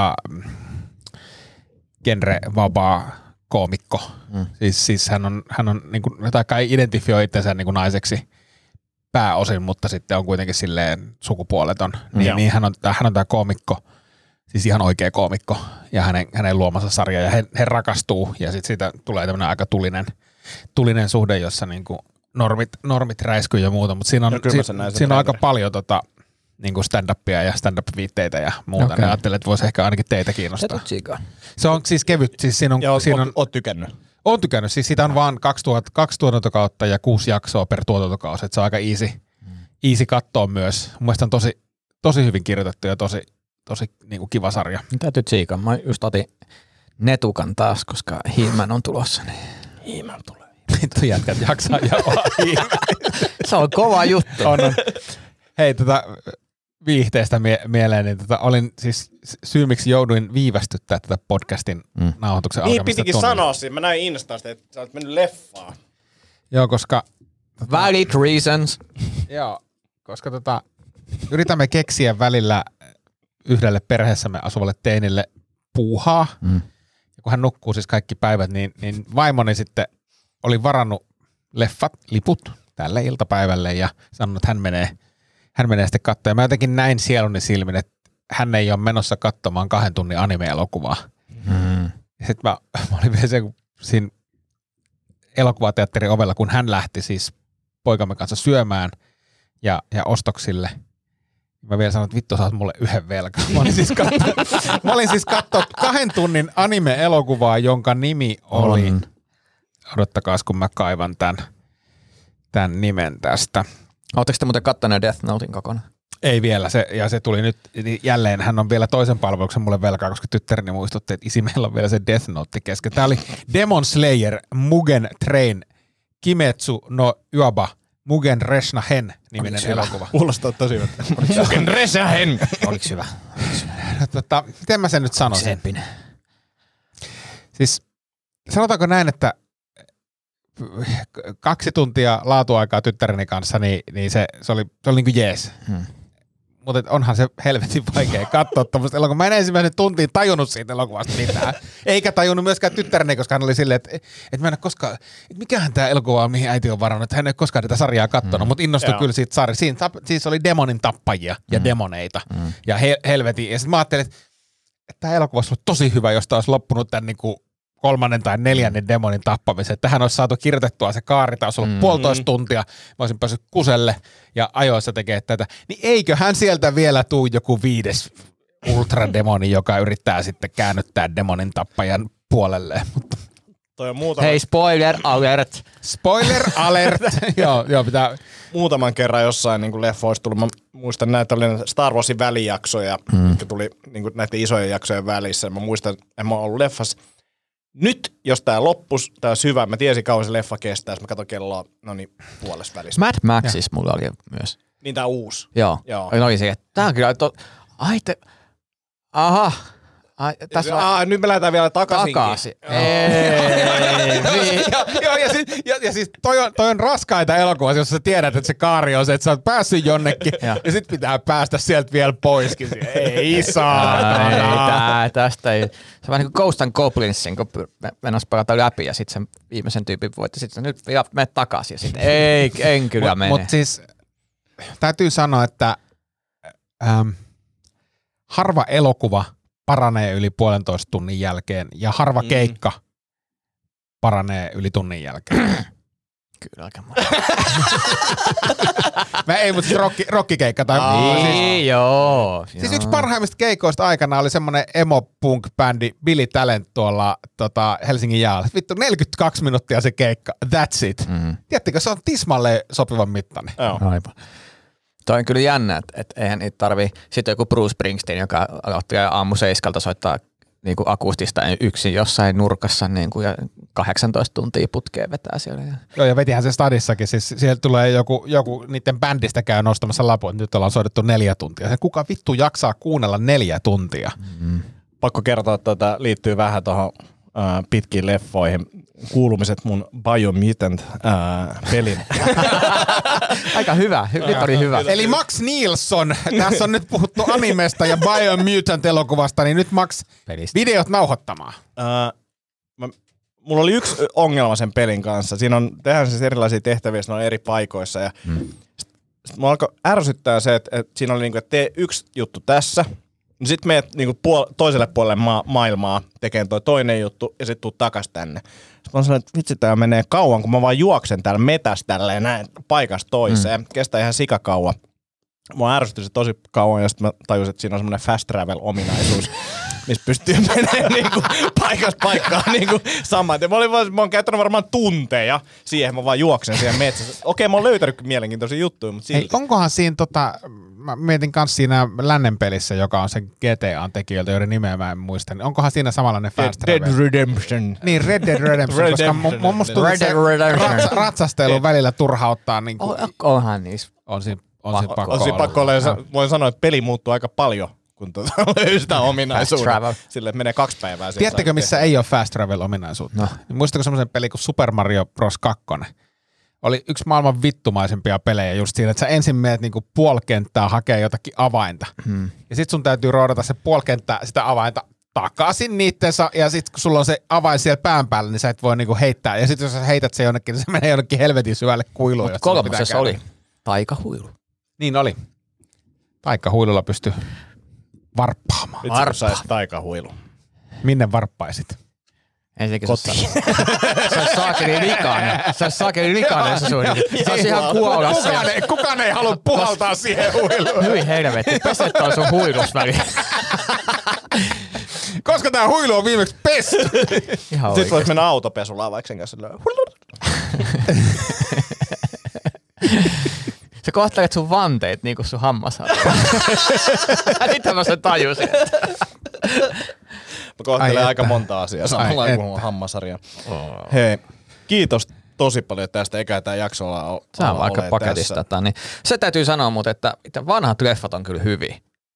genre-vapaa koomikko. Siis hän on niinku, tai ei identifioi itsensä niinku naiseksi pääosin, mutta sitten on kuitenkin silleen sukupuoleton. Niin hän on tää koomikko, siis ihan oikea koomikko ja hänen luomansa sarja ja he rakastuu ja sitten siitä tulee tämmönen aika tulinen suhde, jossa niinku normit räiskyy ja muuta, mutta siinä on aika paljon niinku stand-upia ja stand-up-viitteitä ja muuta. Okay. Ajattelin, että voisi ehkä ainakin teitä kiinnostaa. Se on siis kevyt. Siis
Oot tykännyt?
Oon tykännyt. Siis siitä on vaan 2 tuotantokautta ja 6 jaksoa per tuotantokausi. Se on aika easy katsoa myös. Mun mielestä on tosi hyvin kirjoitettu ja tosi niinku kiva sarja.
Täytyy tsiikaa. Mä just otin Netukan taas, koska He-Man on tulossa. Niin.
He-Man tulee.
Vittu jätkät jaksaa jaoa He-Man.
Se on kova juttu.
On. Hei, viihteestä mieleen, niin olin siis syy, miksi jouduin viivästyttää tätä podcastin nauhoituksen alkamista.
Niin pitikin sanoa siinä. Mä näin Instasta, että sä olet mennyt leffaan.
Joo, koska...
Valid reasons.
Joo, koska yritämme keksiä välillä yhdelle perheessämme asuvalle teinille puuhaa. Ja kun hän nukkuu siis kaikki päivät, niin vaimoni sitten oli varannut liput tälle iltapäivälle ja sanonut, että hän menee sitten katsoa. Ja mä jotenkin näin sieluni silmin, että hän ei ole menossa katsomaan 2 tunnin anime-elokuvaa. Ja sitten mä olin vielä siinä elokuvateatterin ovella, kun hän lähti siis poikamme kanssa syömään ja ostoksille. Mä vielä sanoin, että vittu, sä oot mulle 1 velka. Mä olin siis katsoa 2 tunnin anime-elokuvaa, jonka nimi oli... Odottakaas, kun mä kaivan tämän nimen tästä.
Oletteko te muuten katsoneet Death Notein kokonaan?
Ei vielä, se tuli nyt jälleen, hän on vielä toisen palveluksen mulle velkaa, koska tyttäreni muistutti, että isi, meillä on vielä se Death Note kesken. Tää oli Demon Slayer, Mugen Train, Kimetsu no Yaiba, Mugen Reshna Hen niminen elokuva.
Kuulostaa tosi hyvä. Mugen Reshna Hen!
Oliko hyvä?
Miten mä sen nyt sanoisin? Siis sanotaanko näin, että 2 tuntia laatuaikaa tyttäreni kanssa, niin se oli niinku jees. Mutta onhan se helvetin vaikea katsoa tuommoista elokuvaa. Mä en ensimmäisen tuntiin tajunnut siitä elokuvasta mitään. Eikä tajunnut myöskään tyttäreni, koska hän oli silleen, että mä en ole koskaan, että mikähän tämä elokuva on, mihin äiti on varannut, että hän ei ole koskaan tätä sarjaa katsonut, mutta innostui kyllä siitä sarjasta. Siinä siis oli demonin tappajia ja demoneita ja helvetin. Ja sitten mä ajattelin, että tämä elokuva olisi ollut tosi hyvä, jos tämä olisi loppunut tämän niinku 3. tai 4. demonin tappamisen. Tähän olisi saatu kirjoitettua se kaari, taas ollut 1,5 tuntia. Mä olisin päässyt kuselle ja ajoissa tekee tätä. Niin eiköhän sieltä vielä tuu joku 5. ultrademoni, joka yrittää sitten käännyttää demonin tappajan puolelleen.
Toi on muutama...
Hei, spoiler alert!
Spoiler alert! joo, pitää...
Muutaman kerran jossain niin leffoissa tullut. Mä muistan näitä oli Star Warsin välijaksoja, jotka tuli niin näiden isojen jaksojen välissä. Mä muistan, että mä oon ollut leffassa. Nyt, jos tää loppus, tää olisi hyvä. Mä tiesin kauan se leffa kestää, mä katson kelloa, puolessa välissä.
Mad Maxis mulla oli myös.
Niin tää uusi.
Joo. Oli se, että tää on kyllä, aha.
Nyt me lähdetään vielä takaisin.
Ja siis toi on raskaita elokuvia, jos sä tiedät, että se kaari on se, että sä oot päässyt jonnekin ja sit pitää päästä sieltä vielä poiskin. Ei saa.
Tästä ei. Se on vähän niin kuin Ghost and Goblinsin, kun mennäs pelata läpi ja sit sen viimeisen tyypin voitti. Sit nyt vielä menet takaisin ja sit en kyllä mene.
Mut siis täytyy sanoa, että harva elokuva paranee yli 1,5 tunnin jälkeen ja harva keikka paranee yli tunnin jälkeen.
Kyllä aika monta.
Ei, mutta siis rockikeikka.
Joo.
Siis yksi parhaimmista keikoista aikana oli semmoinen emo-punk-bändi Billy Talent tuolla Helsingin jäällä. Vittu, 42 minuuttia se keikka. That's it. Tiedättekö, se on tismalleen sopivan mittainen.
Aivan. Toi on kyllä jännä, että eihän niitä tarvii. Sitten joku Bruce Springsteen, joka aloitti aamu 7 soittaa niinku akustista yksin jossain nurkassa niinku, ja 18 tuntia putkeen vetää siellä.
Joo, ja vetihän se stadissakin. Siis siellä tulee joku niiden bändistä käy nostamassa lapun, että nyt ollaan soitettu 4 tuntia. Se kuka vittu jaksaa kuunnella 4 tuntia?
Pakko kertoa, että liittyy vähän tuohon pitkiin leffoihin. Kuulumiset mun Biomutant-pelin.
Aika hyvä. Nyt oli hyvä.
Eli Max Nilsson. Tässä on nyt puhuttu animesta ja Biomutant-elokuvasta, niin nyt Max videot nauhoittamaan.
Mulla oli yksi ongelma sen pelin kanssa. Siinä tehdään siis erilaisia tehtäviä, ne on eri paikoissa. Ja sit mulla alkoi ärsyttää se, että siinä oli niinku, että tee yksi juttu tässä, niin sit meet niinku toiselle puolelle maailmaa tekemään toi toinen juttu ja sit tuut takas tänne. Sitten mä sanoin, että vitsi, tää menee kauan, kun mä vaan juoksen täällä metässä tälleen näin paikasta toiseen. Kestää ihan sikakauan. Mua ärsytti se tosi kauan ja sitten mä tajusin, että siinä on semmoinen fast travel-ominaisuus, missä pystyy menemään niinku paikasta paikkaan niinku saman. Mä oon käyttänyt varmaan tunteja siihen, mä vaan juoksen siihen metsässä. Okei, mä oon löytänyt mielenkiintoisia juttuja, mutta silti.
Onkohan siinä mä mietin kans siinä lännen pelissä, joka on sen GTA:n tekijöiltä, joiden nimeä mä en muista, niin onkohan siinä samanlainen fast travel?
Dead Redemption.
Niin, Red Dead Redemption, koska musta tuntuu, että se ratsastelu välillä turhauttaa. Niin
onhan niissä.
On siinä pakko
olla. Voin sanoa, että peli muuttuu aika paljon, kun löysitään ominaisuuden. Sille menee 2 päivää.
Tiedättekö, missä ei ole fast travel-ominaisuutta? No. Muistatko semmoisen pelin kuin Super Mario Bros. 2? Oli yksi maailman vittumaisempia pelejä just siinä, että sä ensin menet niinku puoli kenttää hakee jotakin avainta. Ja sit sun täytyy roodata se puoli kenttää sitä avainta takaisin niitteensä, ja sit kun sulla on se avain siellä pään päällä, niin sä et voi niinku heittää. Ja sit jos sä heität se jonnekin, niin se menee jonnekin helvetin syvälle kuiluun.
Mutta 3. oli taikahuilu.
Niin oli. Taikahuilulla pystyi varppaamaan.
Vitsi, kun sais taikahuilu.
Minne varppaisit?
Ensinnäkin se olisi saakeli likainen. Se olisi saakeli likainen se suunnilleen. Se olisi ihan kuolassa.
Kukaan ei halua puhaltaa siihen huiluun.
Hyvin helvetti. Pesetään sun huilusväliin.
Koska tää huilu on viimeksi pesty.
Sitten voisi mennä autopesulaan vaikka sen kanssa.
Sä kohtelet sun vanteet niin kuin sun hammasharjaa. Niitä mä sen tajusin.
Mä kohtelen aika monta asiaa samalla kuin mun hammasharja. Hei, kiitos tosi paljon tästä. Eikä tää jakso olla
se on vaikka paketista. Niin. Se täytyy sanoa, mutta että vanhat leffat on kyllä hyviä.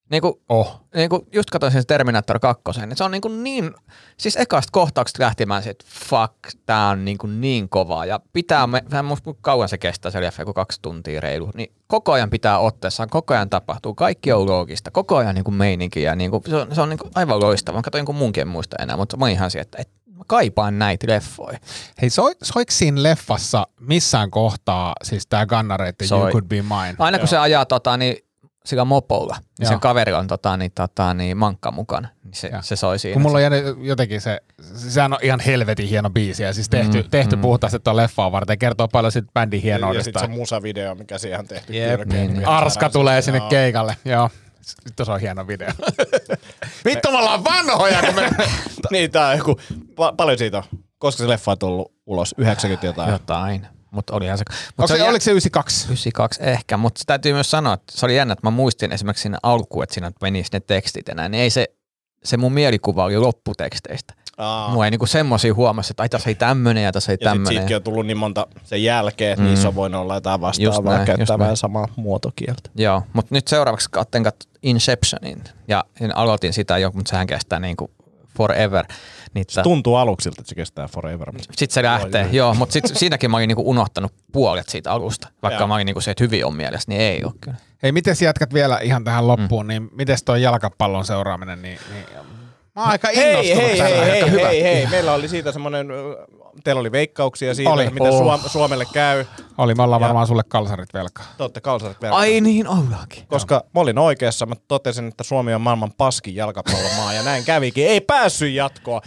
Niinku just katsoin sen Terminator 2, niin se on niin siis ekasta kohtauksesta lähtimään se, että fuck, tää on niin kovaa ja pitää, kauan se kestää se leffa, joku 2 tuntia reilu, niin koko ajan pitää otteessaan, koko ajan tapahtuu, kaikki on loogista, koko ajan meininki ja se on aivan loistava. Mä katsoin munkin muista enää, mutta mä ihan siihen, että mä kaipaan näitä leffoja. Hei,
soiko siinä leffassa missään kohtaa siis tää Gunnareiden You Could Be Mine?
Aina kun se ajaa sillä mopolla, niin sen kaveri on mankka mukana, niin se soi siinä.
Kun mulla on jäänyt jotenkin sehän on ihan helvetin hieno biisi ja siis tehty puhtaasti tuon leffaa varten, kertoo paljon siitä bändin hienoudesta.
Ja sitten se musavideo, mikä siihen on tehty.
Niin. Arska tulee sinne keikalle, joo. Sitten se on hieno video. Vittu, me ollaan vanhoja, kun me...
Niin, tää on joku, paljon siitä on. Koska se leffa on tullut ulos? 90 jotain.
Jotain. Mutta olihan se...
Oliko se 92?
92 ehkä, mutta täytyy myös sanoa, että se oli jännä, että mä muistin esimerkiksi siinä alkuun, että siinä meni ne tekstit enää, niin ei se mun mielikuva oli lopputeksteistä. Mua ei semmosia huomasi, että ai tässä ei tämmönen ja tässä ei tämmönen. Ja
siitäkin on tullut niin monta sen jälkeen, että niissä on voinut olla jotain vastaavaa, käyttää vähän samaa muotokieltä.
Joo, mutta nyt seuraavaksi katsoin Inceptionin ja aloitin sitä jo, mutta sehän kestää forever.
Se tuntuu aluksilta, että se kestää forever.
Sitten se lähtee, joo, mutta siinäkin mä olin unohtanut puolet siitä alusta. Vaikka mä olin se, että hyvin on mielessä, niin ei ole kyllä.
Hei, miten jatkat vielä ihan tähän loppuun, niin miten toi jalkapallon seuraaminen, niin mä oon aika innostunut tällä.
Hei, meillä oli siitä semmoinen, teillä oli veikkauksia siitä, miten Suomelle käy.
Me ollaan varmaan sulle kalsarit velkaa.
Te olette kalsarit velkaa.
Ai niin, ollaankin.
Koska mä olin oikeassa, mä totesin, että Suomi on maailman paskin jalkapallomaa ja näin kävikin. Ei päässyt jatkoa.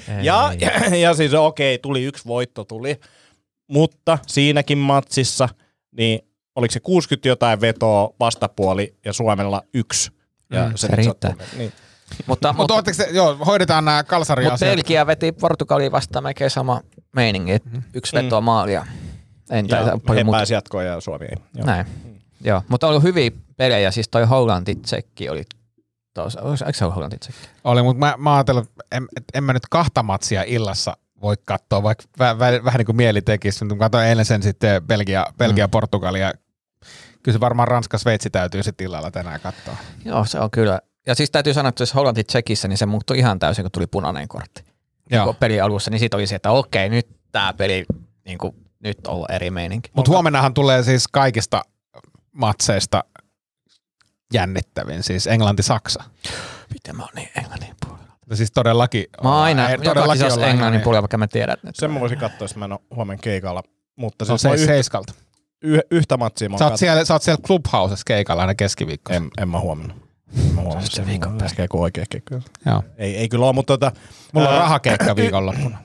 Ja siis tuli 1 voitto, mutta siinäkin matsissa, niin oliko se 60 jotain vetoa vastapuoli ja Suomella 1. Ja
se riittää.
Niin.
Mutta hoidetaan nämä kalsariasiat.
Mutta Belgia veti Portugaliin vastaan melkein sama meiningi, 1 vetoa maalia.
He pääsi jatkoon ja Suomi ei.
Joo. Näin. Joo, mutta on ollut hyviä pelejä, siis toi Hollanti-Tsekki oli tuossa. Eikö se ole Hollanti-Tsekki?
Oli, mutta mä ajattelin, että en mä nyt 2 matsia illassa voi katsoa, vaikka vähän niin kuin mieli tekisi. Mä katsoin eilen sen sitten Belgia-Portugalia. Kyllä se varmaan Ranska-Sveitsi täytyy sitten illalla tänään katsoa.
Joo, se on kyllä. Ja siis täytyy sanoa, että jos Hollanti-Tsekissä, niin se muuttui ihan täysin, kun tuli punainen kortti. Pelin alussa, niin siitä oli se, että okei, nyt tää peli, nyt on eri meininki.
Mutta huomennahan tulee siis kaikista matseista jännittävin, siis Englanti-Saksa.
Miten mä oon niin Englannin puolella?
No siis todellakin.
Mä oon aina, todellakin jos Englannin puolella, vaikka mä tiedän.
Sen mä voisin katsoa, jos mä en ole huomenna keikalla. Mutta
se on seiskalta.
Yhtä matsia mä
oon sä oot siellä Clubhousessa keikalla aina keskiviikkoa.
En mä huomenna. Se viikon päästä. Joku oikea keikka.
Joo.
Ei kyllä ole, mutta
mulla on rahakeikka viikonloppuna.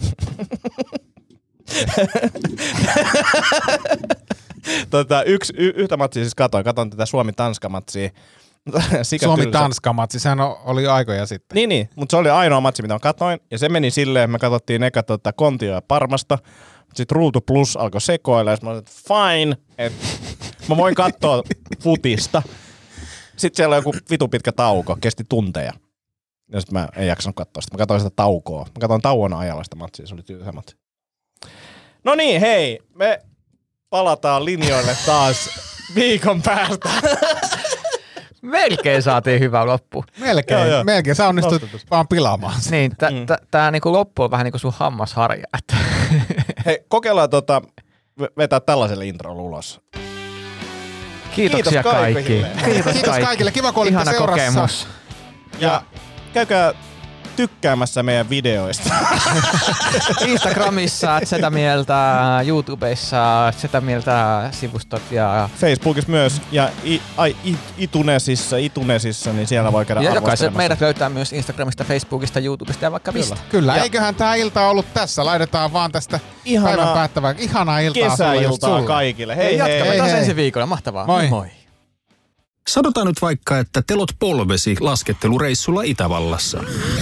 Yhtä matsia siis katon tätä Suomi-Tanska-matsia.
Suomi-Tanska-matsi, sehän oli aikoja sitten.
Niin, mutta se oli ainoa matsi, mitä mä katoin. Ja se meni silleen, että me katsottiin eka Kontio ja Parmasta. Sitten Ruutu Plus alkoi sekoilla ja mä olin, että fine, että mä voin katsoa futista. Sitten siellä on joku vitu pitkä tauko, kesti tunteja. Ja sitten mä en jaksanut katsoa sitä. Mä katsoin sitä taukoa. Mä katsoin tauon ajalla sitä matsia, se oli tylsä matsi. No niin, hei, me palataan linjoille taas viikon päästä.
Melkein saatiin hyvä loppu.
Melkein. Sä onnistut vaan pilaamaan.
Niin, tää niinku loppu on vähän niinku sun hammasharja.
Hei, kokeillaan vetää tällaiselle introlle ulos.
Kiitoksia kaikille.
Kiitos kaikille. Kiva, kun olitte seurassa.
Kokemus.
Ja käykää tykkäämässä meidän videoista.
Instagramissa Zeta Mieltä, YouTubessa Zeta Mieltä sivustot ja
Facebookissa myös ja itunesissa, niin siellä voi käydä arvostelemassa.
Ja meidät löytää myös Instagramista, Facebookista, YouTubesta ja vaikka mistä.
Kyllä. Eiköhän tää ilta ollut tässä. Laitetaan vaan tästä päivän päättävää. Ihanaa iltaa
kesäiltaa kaikille. Hei.
Jatkamme taas ensi viikolla. Mahtavaa.
Moi.
Sanotaan nyt vaikka, että telot polvesi laskettelureissulla Itävallassa.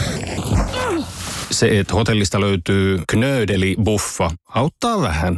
Se, että hotellista löytyy knöydeli-buffa, auttaa vähän.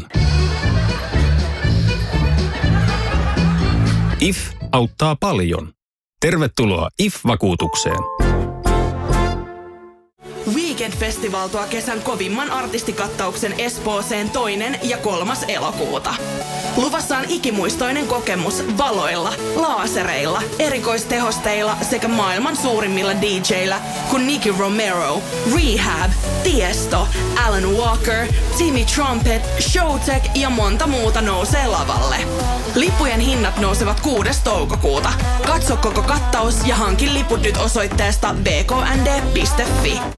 IF auttaa paljon. Tervetuloa IF-vakuutukseen.
Weekend Festival tuo kesän kovimman artistikattauksen Espooseen 2. ja 3. elokuuta. Luvassa on ikimuistoinen kokemus valoilla, laasereilla, erikoistehosteilla sekä maailman suurimmilla DJillä kuin Nicky Romero, Rehab, Tiesto, Alan Walker, Timmy Trumpet, Showtek ja monta muuta nousee lavalle. Lippujen hinnat nousevat 6. toukokuuta. Katso koko kattaus ja hankin liput nyt osoitteesta bknd.fi.